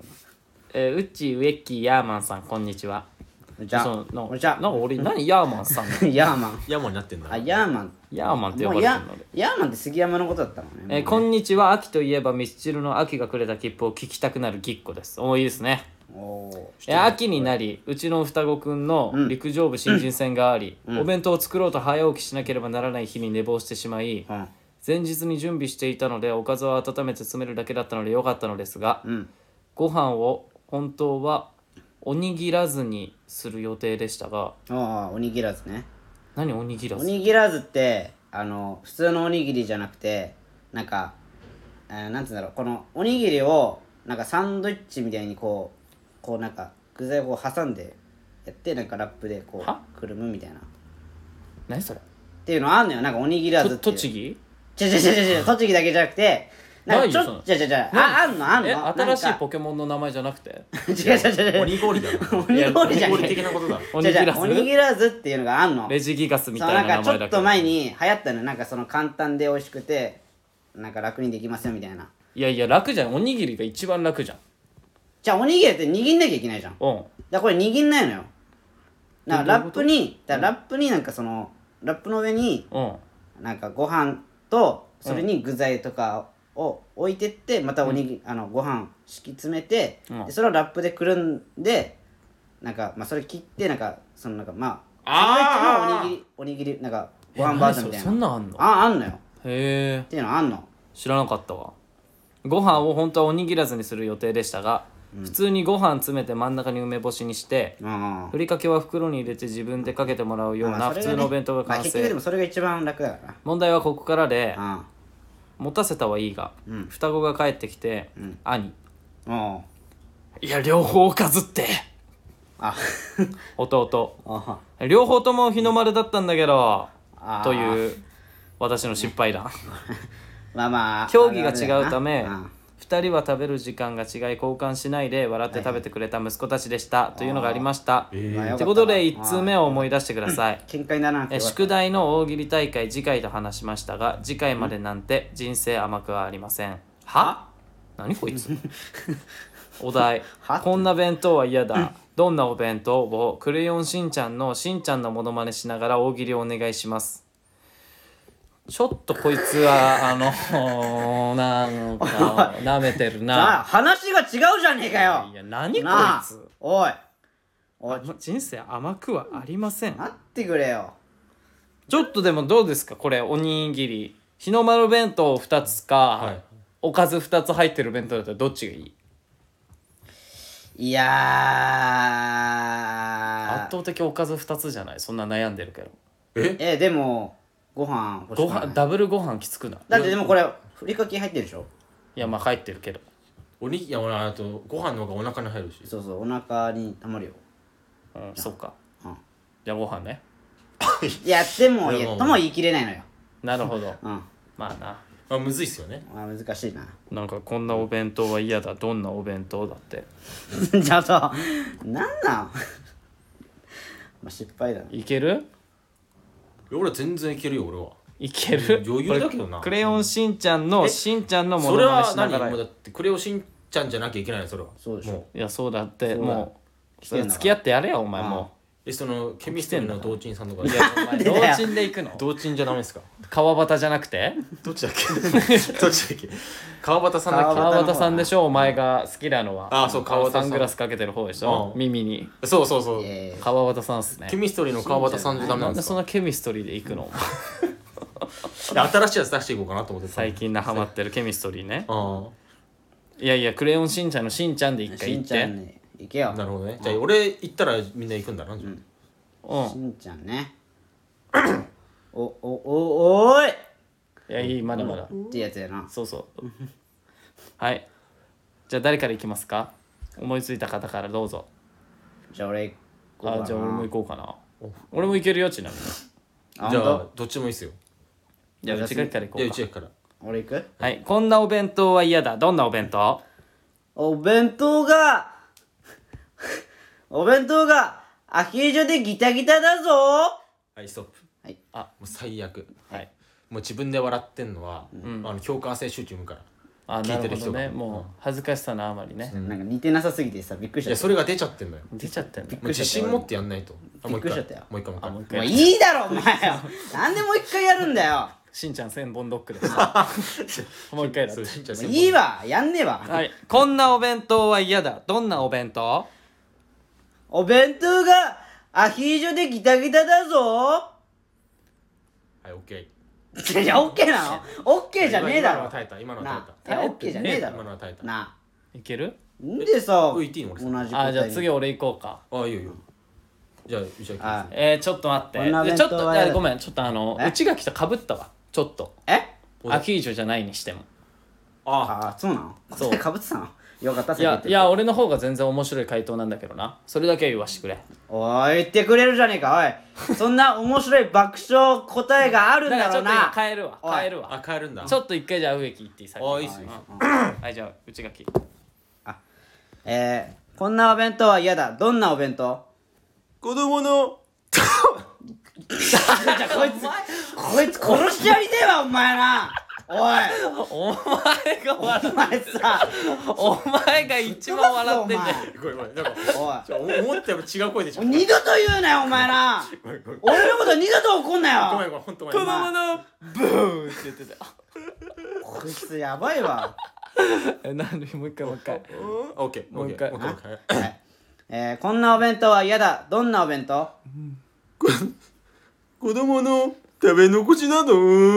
うっちウエッキーヤーマンさんこんにちは。 じゃあなんか俺何ヤーマンさんヤーマンになってんだ。 ヤーマンって呼ばれてるので。 ヤーマンって杉山のことだったのね。 こんにちは。秋といえばミスチルの秋がくれた切符を聞きたくなるぎっこです。いいですね。秋になりうちの双子くんの陸上部新人戦があり、お弁当を作ろうと早起きしなければならない日に寝坊してしまい、前日に準備していたのでおかずを温めて詰めるだけだったのでよかったのですが、ご飯を本当はおにぎらずにする予定でしたが。 おにぎらずね。 何おにぎらず？ おにぎらずって普通のおにぎりじゃなくてなんかなんつうんだろう、このおにぎりをなんかサンドイッチみたいにこうなんか具材を挟んでやってなんかラップでこうくるむみたいな。 何それ？ っていうのあんのよ。なんかおにぎらずっていう。 栃木？ 違う栃木だけじゃなくてなんかちょっとあんの新しいポケモンの名前じゃなくて違うおにごりだろ。 おにごりじゃない的なことだ。 おにぎらずっていうのがあんの。 レジギガスみたいな名前だけど。 なんかちょっと前に流行ったの。なんかその簡単で美味しくてなんか楽にできますよみたいな。 いや楽じゃん。おにぎりが一番楽じゃん。 じゃあおにぎりって握んなきゃいけないじゃん。だこれ握んないのよ。なんかラップになんかそのラップの上になんかご飯とそれに具材とかを置いてってまたご飯敷き詰めて、でそれをラップでくるんでなんかそれ切ってなんかそのなんかサンドイッチのおにぎりなんかご飯バージョンみたいな。 そんなんあんの？ あんのよ。 へえ。 っていうのあんの？ 知らなかったわ。ご飯を本当はおにぎらずにする予定でしたが、普通にご飯詰めて真ん中に梅干しにして、ふりかけは袋に入れて自分でかけてもらうような普通のお弁当が完成。 結局でもそれが一番楽だからな。 問題はここからで、持たせたはいいが、双子が帰ってきて、兄いや両方おかずって弟両方とも日の丸だったんだけどという私の失敗談。競技が違うため2人は食べる時間が違い交換しないで笑って食べてくれた息子たちでしたというのがありました。ということで1通目を思い出してください。 喧嘩にならなくて宿題の大喜利大会次回と話しましたが次回までなんて人生甘くはありません。何こいつお題こんな弁当は嫌だどんなお弁当をクレヨンしんちゃんのしんちゃんのモノマネしながら大喜利をお願いします。ちょっとこいつはなんかなめてるな。 話が違うじゃねえかよ。 いや何こいつ。 おい人生甘くはありません。 待ってくれよ。 ちょっとでもどうですかこれおにぎり日の丸弁当2つか、おかず2つ入ってる弁当だったらどっちがいい？ いや圧倒的おかず2つじゃない？そんな悩んでるけど。 でもご飯ダブルご飯きつくない？ だってでもこれふりかけ入ってるでしょ。 いや入ってるけどいやあとご飯の方がお腹に入るし。 そうお腹にたまるよ。 そっか。じゃあご飯ね。 いやでもとも言い切れないのよ。 なるほど。まあなむずいっすよね。 難しいな。 なんかこんなお弁当は嫌だどんなお弁当だってちょっとなんなん失敗だ。 いける？ 俺全然いけるよ。俺はいける？ 余裕だけどな。 クレヨンしんちゃんのしんちゃんのものまねしながら。それは何？もうだってクレヨンしんちゃんじゃなきゃいけないのそれは。 そうでしょ。 いやそうだってもう付き合ってやれよお前もそのケミストリーの同鎮さんとか。 いやお前同鎮で行くの？ 同鎮じゃダメですか？ 川端じゃなくて？ どっちだっけ川端さんだっけ？ 川端さんでしょお前が好きなのは。 そう川端さん。 サングラスかけてる方でしょ耳に。 そう川端さんっすね。 ケミストリーの川端さんじゃダメなんですか？ なんでそんなケミストリーで行くの？ 新しいやつ出していこうかなと思って最近ハマってるケミストリーね。 あいやいや、クレヨンしんちゃんのしんちゃんで一回しん行って。 ちゃんね行けよ。 なるほどね。じゃあ俺行ったらみんな行くんだな。 しうん。 んちゃんねおーいいや、いい、まだまだ。 ってやつやな。 そうそう。はい。じゃあ誰から行きますか？思いついた方からどうぞ。 じゃあ俺行こうかな。 じゃあ俺も行こうかな。俺も行けるよ、ちなみに。 じゃああ本どっちでもいいっすよ。 じゃあ内垣から行こじゃあうか。 内垣から。 当俺行く？ はい。こんなお弁当は嫌だ。どんなお弁当？ お弁当がアヒージョでギタギタだぞ。 はいストップ。 はい。 もう最悪。 はい。 もう自分で笑ってんのは共感性集中むから。 あ、 聞ないるてる人がほどね。もう恥ずかしさのあまりね。 なんか似てなさすぎてさびっくりしちゃった。 いやそれが出ちゃってんのよ。も出ちゃってんの。 う自信持ってやんないと。 びっくりしちゃったよもう一回もう一回もう一もう一回もういいだろお前よ。なんでもう一回やるんだよ。 しんちゃん1000本ドックでさ。もう一回だって回。そうしんちゃんもういいわやんねえわ。 はい。こんなお弁当は嫌だ。どんなお弁当？ お弁当がアヒージョでギタギタだぞ。 はいオッケー。 いやオッケーなの？オッケーじゃねえだろ。 今のは耐えた。今のは耐えた。 なあ、いやオッケーじゃねえだ今のろ。 は耐えた。 なあ。 いける？ んでさ、 言っていいの俺同じ答えにじゃあ次俺行こうか。 あいいよいいよ。じゃあ内垣。 あちょっと待って。 こんな弁ちょっと当は嫌だごめん。ちょっとえ内垣と被ったわ。ちょっと。 えアヒージョじゃないにしても。 あそうなの？ そう答えかぶってたの？よかったいや俺の方が全然面白い回答なんだけどな。それだけは言わしてくれ。 おい言ってくれるじゃねえかおい。そんな面白い爆笑答えがあるんだからちょっと今だろうな。 変えるわ。 おい変えるわ。 変えるんだ。 ちょっと一回じゃあ植木言っていい？先にいいっすよ。 はい、じゃあ内垣。 こんなお弁当は嫌だ。どんなお弁当？ 子供の。 じゃあこいつ殺しちゃいねえわお前な。おいお前が笑お前さお前が一番笑ってんじゃん。 ごめんごめん。なんかお思ったより違う声でしょ。 い二度と言うなよお前な。俺のこと二度と怒んなよ。 ごめんごめん本当ごめん。 子供のブーンって言ってた。 こいつやばいわ。 なんでもう一回もう一回。 オッケーもう一回オッケーオッケー。 はいこんなお弁当は嫌だ。どんなお弁当？ 子供の食べ残しなど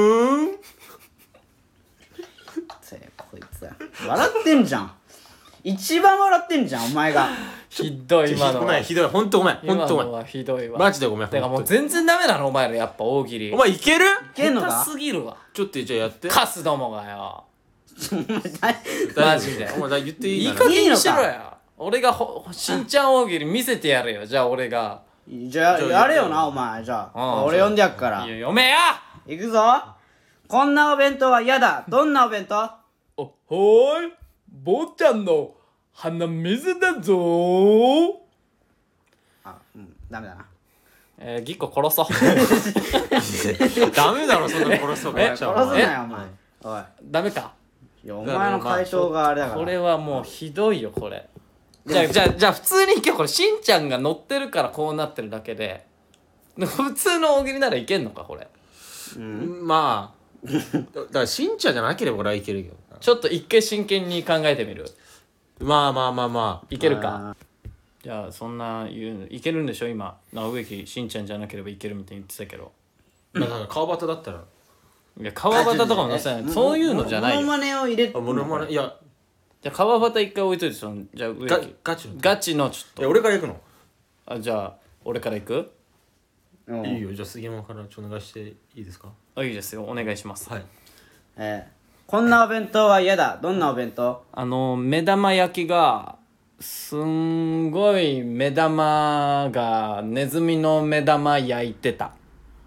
こいつ笑ってんじゃん。一番笑ってんじゃんお前が。 ひどい今のは。 ごめんひどい本当ごめん今本当ごめんのはひどいわ。 マジでごめんてかもう本当に全然ダメだなお前らやっぱ大喜利。 お前いける？ いけんのか？ 下手すぎるわ。 ちょっとじゃあやってカスどもがよ。 大丈夫マジでお前言っていいいいな加減にしろいいのや。俺がしんちゃん大喜利見せてやれよ。じゃあ俺が。 じゃあやれよなお前。じゃあ俺呼んでやっからいや読めや。 行くぞ。こんなお弁当は嫌だ。どんなお弁当？ おほーい坊ちゃんの鼻水だぞー。 ダメだな。 ぎっこ殺そうダメだろそんな殺すとかやっちゃう殺すなよお前。おいダメか。 いやお前の回答があれだから。 これはもうひどいよこれ。じゃあ普通にいけよ。これしんちゃんが乗ってるからこうなってるだけで普通の大喜利ならいけんのかこれ。 まあだからしんちゃんじゃなければ俺はいけるけどな。 ちょっと一回真剣に考えてみる。 まあいけるか。じゃあそんな言うのいけるんでしょ今。植木しんちゃんじゃなければいけるみたいに言ってたけど。 だから川端だったらいや川端とかも載せない。そういうのじゃないよ。 モノマネを入れてモノマネいやじゃあ川端一回置いといてじゃあ植木ガチのちょっと。 俺から行くの？ じゃあ俺から行く？ いいよ。じゃあ杉山からお願いしていいですか？ いいですよお願いします。 はいこんなお弁当は嫌だ。どんなお弁当？ 目玉焼きがすんごい目玉がネズミの目玉焼いてた。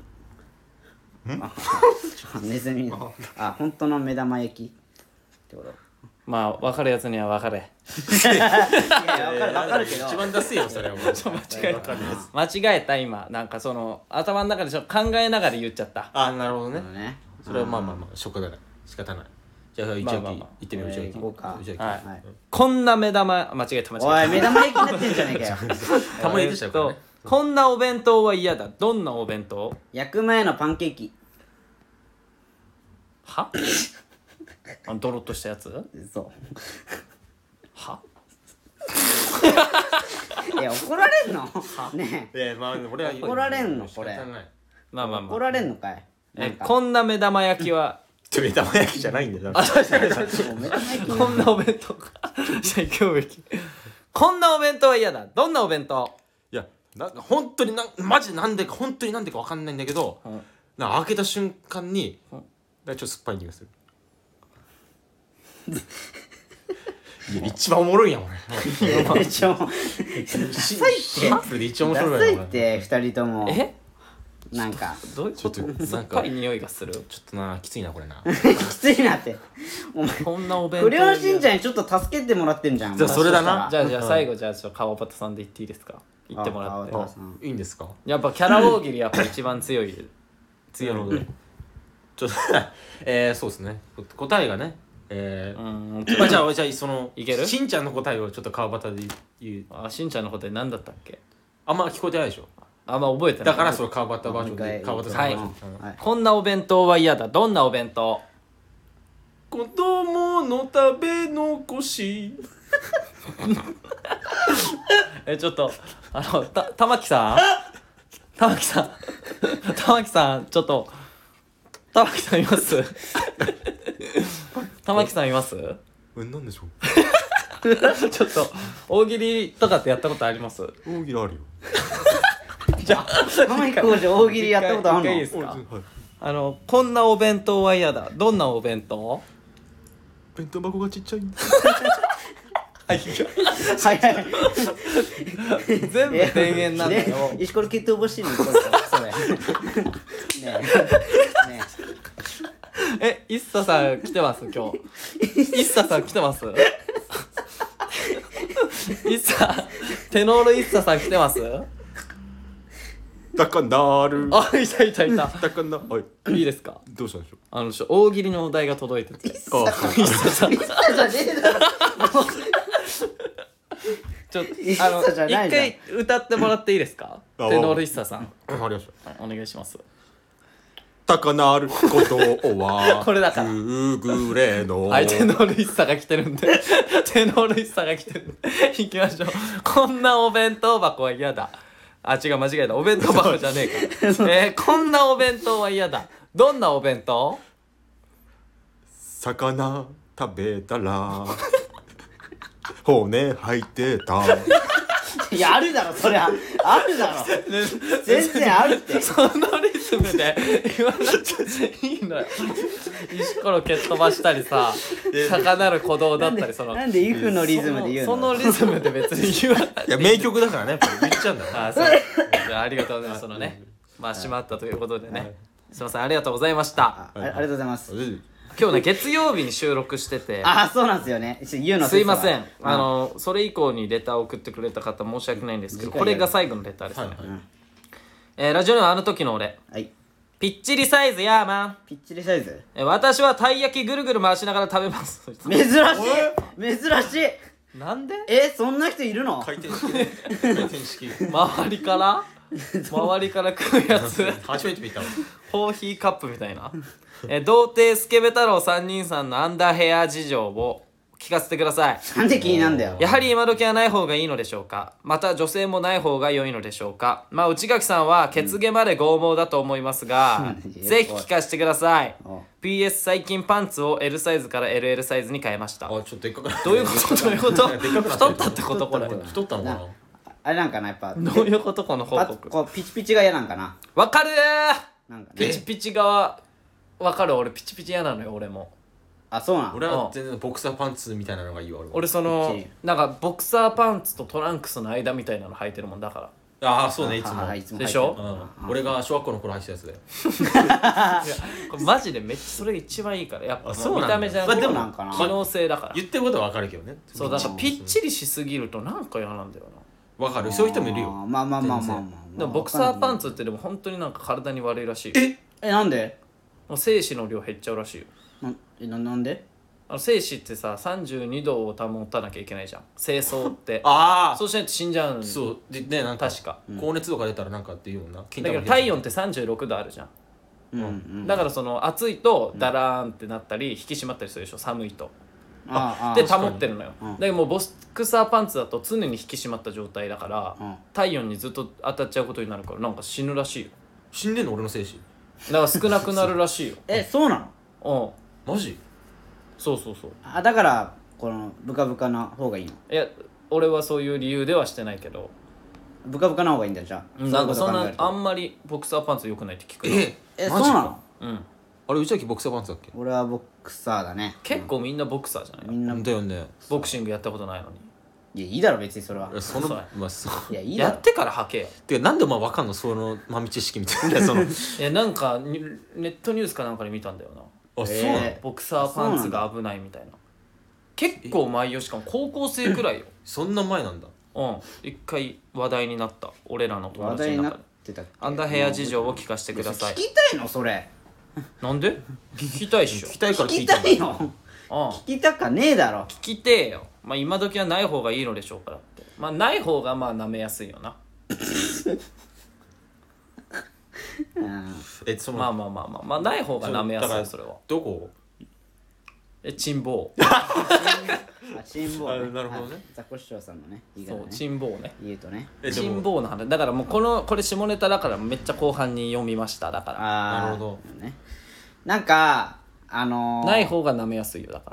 ネズミの本当の目玉焼きってこと？ まあ分かるやつには分かれ。 いや分かるけど一番ダセいよそれは。 間違えた今。なんか頭の中でちょっと考えながら言っちゃった。 なるほどね。 ね。 それはまあ仕方ない仕方ない。じゃあ一応行ってみよう。 行こうか。 はいこんな目玉間違えた。 おい目玉焼きになってんじゃねえかよ。 たまに出ちゃうからね。 こんなお弁当は嫌だ。どんなお弁当？ 焼く前のパンケーキ。 は？ドロッとしたやつ？ そうは？ いや怒られんの？ねまあ俺は怒られんのこれ？ まあ怒られんのかい？ こんな目玉焼きは目玉焼きじゃないんだよこんなお弁当かじゃあ今日こんなお弁当は嫌だ。どんなお弁当？ いやなんか本当にマジでなんでか本当になんでか分かんないんだけど、なんか開けた瞬間にちょっと酸っぱい匂いがするいや一番おもろいやん俺一応ダサいシンプルで一番面白いダサいって2人ともなんかどういうこと酸っぱい匂いがする。 ちょっとなきついなこれなきついなってお前こんなお弁当クレヨンしんちゃんにちょっと助けてもらってんじゃん。 じゃあそれだな。 じゃあ最後じゃあちょっと川端さんで言っていいですか。言ってもらっていいんですか。 やっぱキャラ大喜利やっぱ一番強いのでちょっとそうですね答えがねじゃあそのいけるしんちゃんの答えをちょっと川端で言う。 しんちゃんの答え何だったっけ。 あんま聞こえてないでしょ。 あんま覚えてない。 だからその川端バージョンで川端さんバージョン。 こんなお弁当は嫌だ。どんなお弁当？ 子供の食べ残しちょっと玉木さん玉木さんちょっと玉木さんいます玉木さんいますなんでしょうちょっと大喜利とかってやったことあります？ 大喜利あるよじゃあ玉木浩二大喜利やったことあるの？ 一回いいですか。こんなお弁当は嫌だ。どんなお弁当？ 弁当箱がちっちゃいはい全部田園なんだよ。 石ころ蹴ってほしいのそれねイッサさん来てます今日。イッサさん来てますイッサテノールイッサさん来てます。 だかなるいただかな。 いいですか。 どうしたんでしょう。 大喜利のお題が届いててイッサさんじゃねえだろちょっとイッサじゃないじゃん一回歌ってもらっていいですか。テノールイッサさんありました。 お願いします。 高なることはこれだからくぐれのテノールイッサが来てるんでテノールイッサが来てるんで行きましょう。こんなお弁当箱は嫌だ。違う間違えた。お弁当箱じゃねえかこんなお弁当は嫌だ。どんなお弁当？ 魚食べたら骨入ってたいやあるだろそりゃあるだろ全然あるってそのリズムで言わなくていいのよ。石ころ蹴っ飛ばしたりさ魚る鼓動だったりなんでイフのリズムで言うの？ そのリズムで別に言わない。 いや名曲だからねやっぱり言っちゃうんだよ。 そうじゃあありがとうございます。そのね閉まったということでね、すいませんありがとうございました。 ありがとうございます。 今日ね月曜日に収録しててそうなんですよね。言うのすいませんそれ以降にレターを送ってくれた方申し訳ないんですけどこれが最後のレターですね。ラジオネームあの時の俺。ピッチリサイズヤーマン。 ピッチリサイズ。 私はたい焼きぐるぐる回しながら食べます。 珍しい珍しい。 なんで？ そんな人いるの？ 回転式周りから食うやつ初めて見たわ。 コーヒーカップみたいな童貞スケベ太郎3人さんのアンダーヘア事情を聞かせてください。 なんで気になんだよ。 やはり今時はない方がいいのでしょうか。また女性もない方が良いのでしょうか。内垣さんは血毛まで剛毛だと思いますが、ぜひ聞かせてください。PS 最近パンツを L サイズから LL サイズに変えました。 ちょっとでっかくなどういうこと太ったってことこれ。 太ったのかな。 あれなんかなやっぱ。 どういうことこの報告。 こうピチピチが嫌なんかな。 わかるなんかピチピチがわかる。俺ピチピチ嫌なのよ俺も。 そうなの。 俺は全然ボクサーパンツみたいなのがいいわ。 俺なんかボクサーパンツとトランクスの間みたいなの履いてるもんだから。 そうねいつもでしょ。 俺が小学校の頃履いてたやつでこれマジでめっちゃそれが一番いいからやっぱ見た目じゃなくて機能性だから。 言ってることはわかるけどね。 そうだからピッチリしすぎるとなんか嫌なんだよな。わかる。そういう人もいるよ。 まあでもボクサーパンツってでも本当になんか体に悪いらしいよ。 なんで？ 精子の量減っちゃうらしいよ。 なんで？ 精子ってさ32度を保たなきゃいけないじゃん精巣ってそうしないと死んじゃうんそうでねなんか確か高熱とか出たらなんかっていうようなだけど体温って36度あるじゃんだからその暑いとダラーンってなったり引き締まったりするでしょ寒いとで保ってるのよだけどもうボクサーパンツだと常に引き締まった状態だから体温にずっと当たっちゃうことになるからなんか死ぬらしいよ。 死んでんの俺の精子。 だから少なくなるらしいよ。 そうなのマジ？ そうそうそう。 だからこのブカブカな方がいいの？ いや俺はそういう理由ではしてないけど、 ブカブカな方がいいんだよじゃあ。 なんかそんなあんまりボクサーパンツ良くないって聞くよ。 そうなの？ あれ内垣ボクサーパンツだっけ？ 俺はボクサーだね。 結構みんなボクサーじゃない？ みんなだよね。 ボクシングやったことないのに。 いやいいだろ別にそれは。 そのいやいいだろ。 やってから履けよ。 てかなんでお前わかんのその豆知識みたいなそのいやなんかネットニュースかなんかで見たんだよな。 そうなの？ ボクサーパンツが危ないみたいな。結構前よ。しかも高校生くらいよ。 そんな前なんだ。 一回話題になった。俺らの友話題になっ達の中で。 てたっけ？ アンダーヘア事情を聞かせてください。 聞きたいのそれ？ なんで？聞きたいっしょ。 聞きたいから聞き聞いたんだ。 たいの？聞きたかねえだろ。 聞きてえよ。まあ今時はない方がいいのでしょうからって。まあない方がまあ舐めやすいよな。 そのまあない方が舐めやすい。それはどこ？ チンボチンボウね。 なるほどね。 ザコシショウさんのね。 ウ。そうチンボウね。 言うとね。 チンボウの話だからもうこれ下ネタだからめっちゃ後半に読みましただから。 なるほど。 なんかない方が舐めやすいよだから。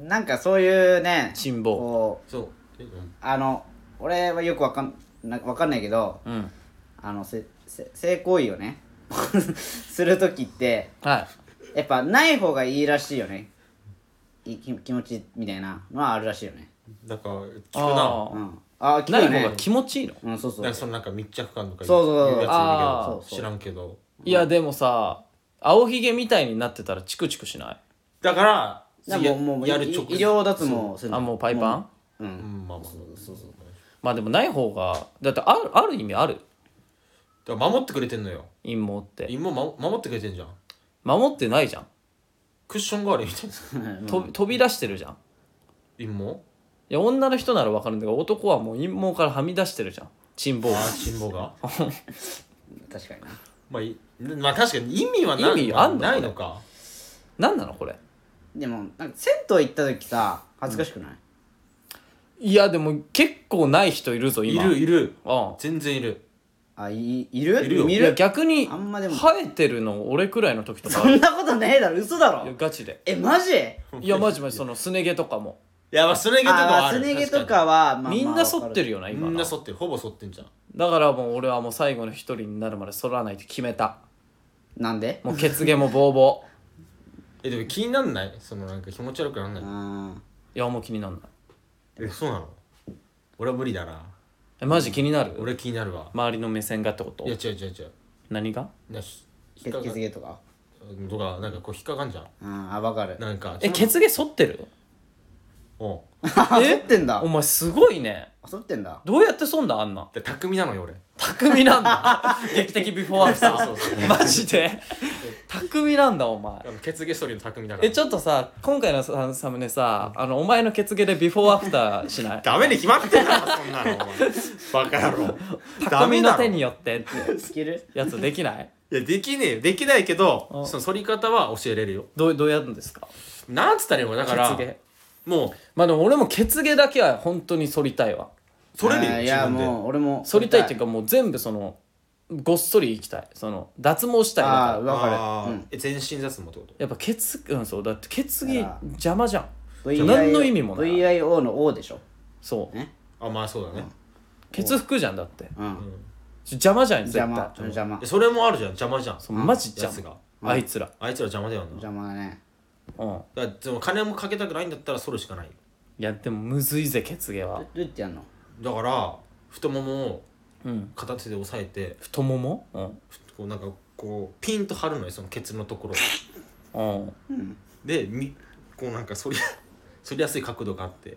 なんかそういうね。 チンボウ。 そう。 俺はよくわかんないけど、性行為をねする時ってやっぱない方がいいらしいよね。気持ちみたいなのはあるらしいよね。 だから聞くな。 聞くよね。 ない方が気持ちいいの？ そうそう。 だからそのなんか密着感とかそういうやついるけど知らんけど。 いやでもさ青ひげみたいになってたらチクチクしない？ だからもうやる直医療脱毛するの。 もうパイパン？ まあそう。 まあでもない方がだってある意味ある。 だから守ってくれてんのよ。 陰謀って。 陰謀守ってくれてんじゃん。 守ってないじゃん。 クッション代わりみたいな。 飛び出してるじゃん。 陰謀？ いや女の人なら分かるんだけど男はもう陰謀からはみ出してるじゃん。チンボウが。 チンボウが確かにな。 まあ確かに意味は意味あんの？ ないのか。 何なのこれ？ でもなんか銭湯行った時さ恥ずかしくない？ いやでも結構ない人いるぞ今。 いる。全然いる。 いるよ。 いや逆にあんまでも生えてるの俺くらいの時とかそんなことねえだろ。嘘だろ。 いやガチで。 マジ？ いやマジそのすね毛とかも。 いやすね毛とかはある。 すね毛とかはみんな剃ってるよな今。 みんな剃ってる。ほぼ剃ってんじゃん。 だからもう俺はもう最後の一人になるまで剃らないって決めた。 なんで？ もうケツ毛もボーボー。でも気になんない？そのなんか気持ち悪くなんない？ いやもう気になんない。 そうなの？俺は無理だな。 マジ気になる？ 俺気になるわ。 周りの目線がってこと？ いや違う。 何が？ ケツ毛とかなんかこう引っかかんじゃん。 わかる。 なんかケツ毛剃ってる？ 剃ってんだ。 お前すごいね。 剃ってんだ。 どうやって剃んだあんな。 匠なのよ俺。 匠なんだ。劇的ビフォーアフター。マジで匠なんだお前。 ケツ毛剃りの匠だから。 ちょっとさ今回のサムネさお前のケツ毛でビフォーアフターしない？ ダメに決まってんだろそんなの。バカ野郎。 匠の手によってってスキルやつできない？ いやできねえよ。できないけどその剃り方は教えれるよ。 どうやるんですか？ なんつったらいいのだからケツ毛。 もうまあでも俺もケツ毛だけは本当に剃りたいわ。 剃れるよ。 いやもう俺も剃りたいっていうかもう全部ごっそりいきたい。脱毛したいだから。 わかる。 全身脱毛ってこと？ やっぱそうだってケツ毛邪魔じゃん。 VIO 何の意味もない。 VIO の O でしょ。 そうね。 まあそうだね。 ケツ拭くじゃんだって。 うん邪魔じゃん絶対。 邪魔。 それもあるじゃん。邪魔じゃん。 マジ邪魔。 やつがあいつら邪魔だよな。 邪魔だね。 だからでも金もかけたくないんだったら剃るしかないよ。 いやでもむずいぜケツ毛は。 どうやってやんの？ だから太ももを片手で押さえて、 太もも？ こうなんかこうピンと張るのよそのケツのところでこうなんか反りやすい角度があって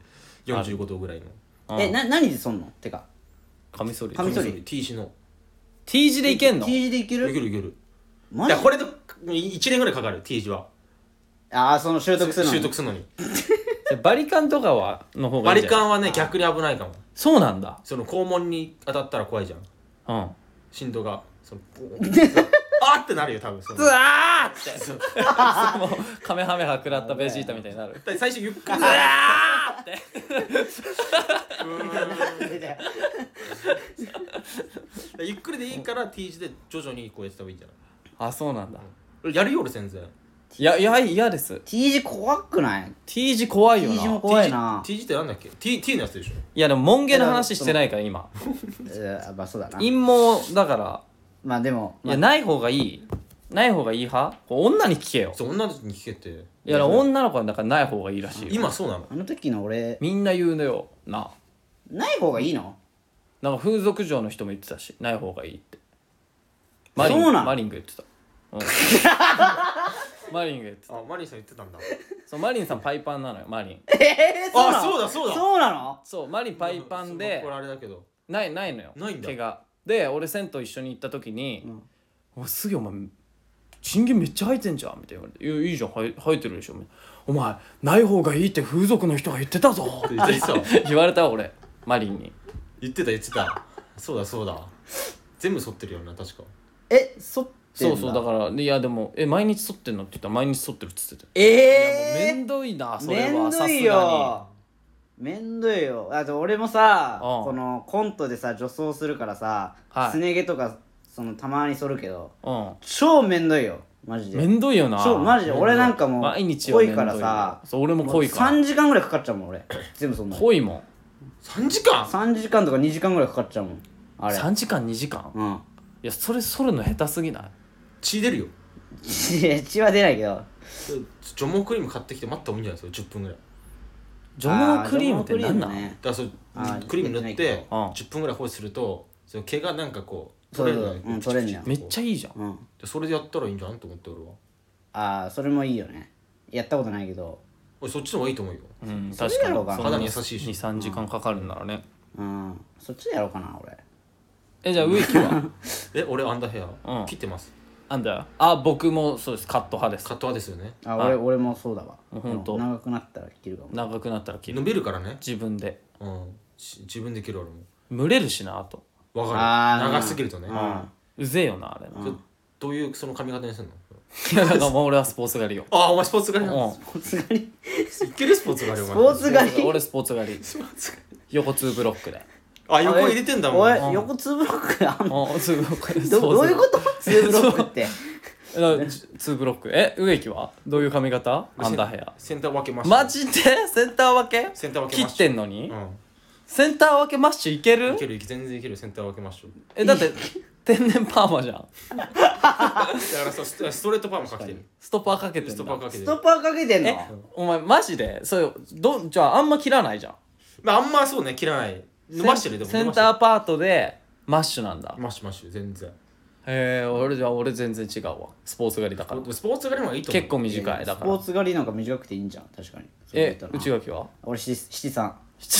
45度ぐらいの。 何で剃んの？てかカミソリ。 T 字の T 字でいけんの？ T 字でいける？ いける。 マジ？ これで1年ぐらいかかる T 字は。 その習得するのに。 バリカンとかの方がバいいんじゃない？ リカンはね逆に危ないかも。 そうなんだ。 その肛門に当たったら怖いじゃん。振動があーってなるよ多分。 うわーってもうカメハメハ食らったベジータみたいになる。 最初ゆっくりうわーってゆっくりでいいから T 字で徐々にこうやってた方がいいんじゃない？ あ、そうなんだ。 やるよ俺全然。 いや嫌です。 T 字怖くない？ T 字怖いよ T 字もな。 怖いな。 T 字ってなんだっけ？ T のやつでしょ。 いやでも門下の話してないから今。 まあそうだな。 陰謀だから。 まあでも、 いやない方がいい派？女に聞けよ。 そう、女に聞けって。 いや女の子はだからない方がいいらしいよ。 今そうなの？ あの時の俺みんな言うのよな。 ない方がいいの？ なんか風俗嬢の人も言ってたし、ない方がいいって。 そうなの？ マリンが言ってた。マリンが言ってた。 あ、マリンさん言ってたんだ。 そう、マリンさんパイパンなのよ、マリン。 そうなの？ あ、そうだそうだ。 そうなの？ そう、マリンパイパンでこれあれだけどないのよ。 ないんだ。 毛がで、俺銭湯一緒に行った時に「すげえお前チンゲめっちゃ生えてんじゃん」みたいな言われて「いやいいじゃん、生えてるでしょ」お前ない方がいいって風俗の人が言ってたぞ」って言われた俺、マリンに。 言ってた。そうだ。全部剃ってるよな確か。 剃ってんだ。 そうだからいやでも毎日剃ってんのって言ったら毎日剃ってるっつってて。いやもうめんどいなそれは。さすがにめんどいよ。あと俺もさ、 うんこのコントでさ女装するからさ、 はいすね毛とかそのたまに剃るけど、 うん超めんどいよマジで。 めんどいよな。 超マジで俺なんかもう毎日は濃いからさ、 そう俺も濃いから 3時間ぐらいかかっちゃうもん俺。全部そんな濃いもん。 3時間 3時間とか2時間ぐらいかかっちゃうもんあれ。 3時間2時間。 うんいやそれ剃るの下手すぎない？ 血出るよ。 血は出ないけど、 除毛クリーム買ってきて待った方がいいんじゃないですか？10分ぐらい。 除毛クリームって何なの？ ね、 だからクリーム塗って10分ぐらい放置するとその毛がなんかこう取れるのよ。 取れんのよ。 めっちゃいいじゃん。 でそれでやったらいいんじゃんと思って俺は。 それもいいよね。やったことないけど、 俺そっちの方がいいと思うよ。 確かに肌に優しいし。 2、3時間かかるんならね。 そっちでやろうかな俺。 じゃあ植木は？ 俺アンダーヘうんア切ってます。 なんだよ。僕もそうです。カット派です。 カット派ですよね。 俺もそうだわ。 ほんと長くなったら切るかも。 長くなったら切る。 伸びるからね。 自分で自分で切る俺も。 蒸れるしな。あとわかる。長すぎるとね。 うぜえよなあれな。 どういうその髪型にするの？ いやだからもう俺はスポーツ狩りよ。 お前スポーツ狩りなの？ スポーツ狩り。 いけるスポーツ狩りお前。 スポーツ狩り。 俺スポーツ狩り。横2ブロックで。 横入れてんだもん。 おい横2ブロックあんの？ 2ブロック。 どういうこと？ 2 ブロックって。 2ブロック。植木はどういう髪型？アンダーヘア。 センター分けました。 マジでセンター分け？ センター分け切ってんのに？ うん。 センター分けマッシュいける？ いける全然いける。センター分けましょう。 だって天然パーマじゃん。 だからストレートパーマかけてる。 ストッパーかけてんだ。 ストッパーかけてる。 ストッパーかけてんの？ お前マジでそれじゃああんま切らないじゃん。 まああんまそうね切らない。伸ばしてるでも。 センターパートでマッシュなんだ。 マッシュ全然。 俺全然違うわ。スポーツ狩りだから。 スポーツ狩りの方がいいと思う。 結構短いだから。 スポーツ狩りなんか短くていいんじゃん確かに。 内垣は？ 俺七三。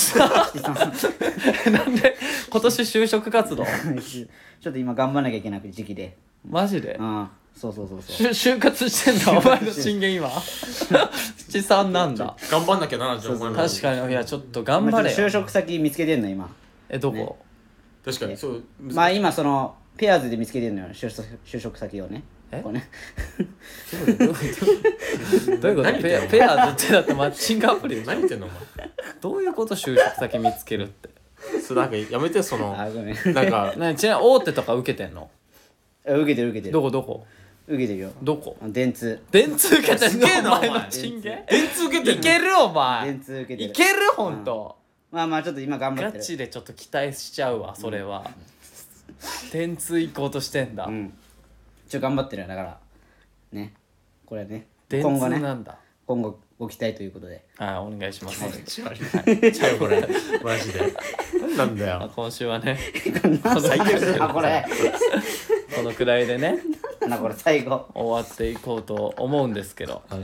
なんで今年就職活動？ ちょっと今頑張んなきゃいけなくて時期で。 マジで？ そう就活してんだお前の震源今。七三なんだ。 頑張んなきゃな。じゃあお前も確かに。いやちょっと頑張れよ。 就職先見つけてんの今。 どこ？ 確かにそう。 まあ今そのペアーズで見つけてんのよ就職先をね。こうね。 どういうこと？ペアーズってだってマッチングアプリでしょ？ 何言ってんのお前。 どういうこと？就職先見つけるって。 そうなんかやめてそのごめん。 なんかちなみに大手とか受けてんの？ 受けてる。 どこ？ 受けてるよ。 どこ？ 電通。 電通受けてんの？ すげえなお前のチンゲ？ 電通受けてんの？ いけるお前。 電通受けてる。 いけるほんと。 まあちょっと今頑張ってる。 ガチでちょっと期待しちゃうわそれは。電通行こうとしてんだ。 頑張ってるよだからね。これね。 電通なんだ。 今後ご期待ということで。 お願いします。 ちゃうこれマジで。なんだよ。 今週はね。 最低だなこれ。 このくらいでね。 これ最後終わっていこうと思うんですけど。 はい。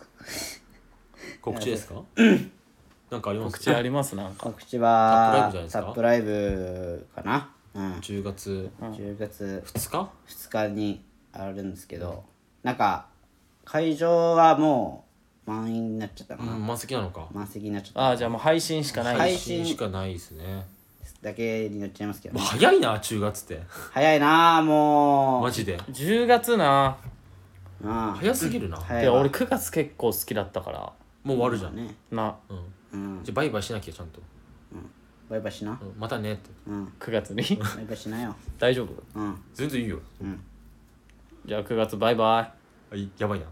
告知ですか？なんかあります？ 告知ありますなんか。 告知はタップライブかな。 10月 2 日 2日にあるんですけど、なんか会場はもう満員になっちゃったかな。 満席なのか。 満席になっちゃった。 じゃあもう配信しかない。 配信しかないですね。 だけになっちゃいますけどね。 早いな10月って。 早いなもうマジで。 10月な。 早すぎるな。 いや俺9月結構好きだったから。 もう終わるじゃんね。 な。 じゃあバイバイしなきゃちゃんと。 バイバイしな。 またねって。 9月に。 バイバイしなよ。 大丈夫？ 全然いいよ。 じゃあ9月バイバやばいな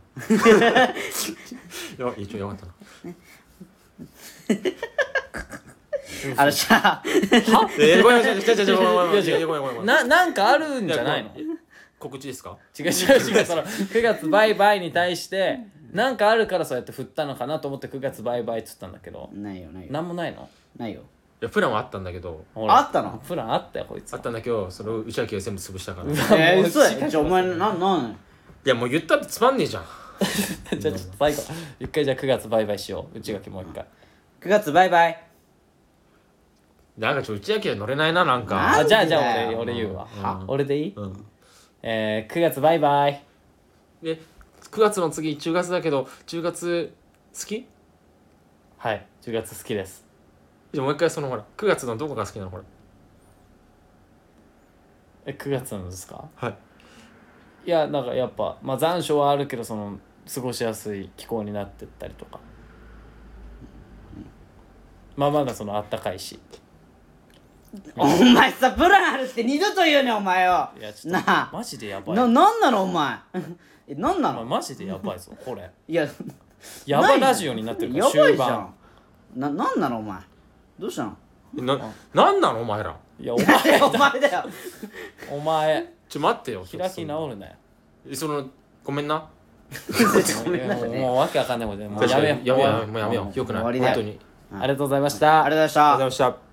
一応やばかったなさごめんなさいごめんなんかあるんじゃないの？ 告知ですか？ 違うその9月バイバイに対してなんかあるからそうやって振ったのかなと思って9月バイバイっつったんだけど、 ないよなんもないの？ ないよ。 いやプランはあったんだけど、 あったの？ プランあったよこいつ。 あったんだけど、それを内訳が全部潰したから。 嘘や。じゃあお前なんいやもう言ったってつまんねえじゃんじゃあちょっと最後一回じゃあ9月バイバイしよう。内垣もう一回 9月バイバイ。 なんか内訳は乗れないな、なんか。 じゃあ俺言うわ。俺でいい？9月バイバイ。 で9月の次10月だけど、10月好き？ はい、10月好きです。 じゃあもう一回そのほら9月のどこが好きなのこれ？9月なんですか？ はい。 いやなんかやっぱ残暑はあるけど、その過ごしやすい気候になってったりとか、まだそのあったかいし。 お前さ、プランあるって二度と言うねお前よ。 いやちょっとなあマジでやばい。 なんなのお前なんなの？ マジでやばいぞこれ。 いややばラジオになってるから終盤。やばいじゃん。なんなのお前。どうしたの？ なんなのお前ら。 いやお前お前だよ。 お前待ってよ。 開き直るなよ。 ごめんな。 もうわけわかんないことでもうやめよう。 よくない。本当に。 ありがとうございました。 ありがとうございました。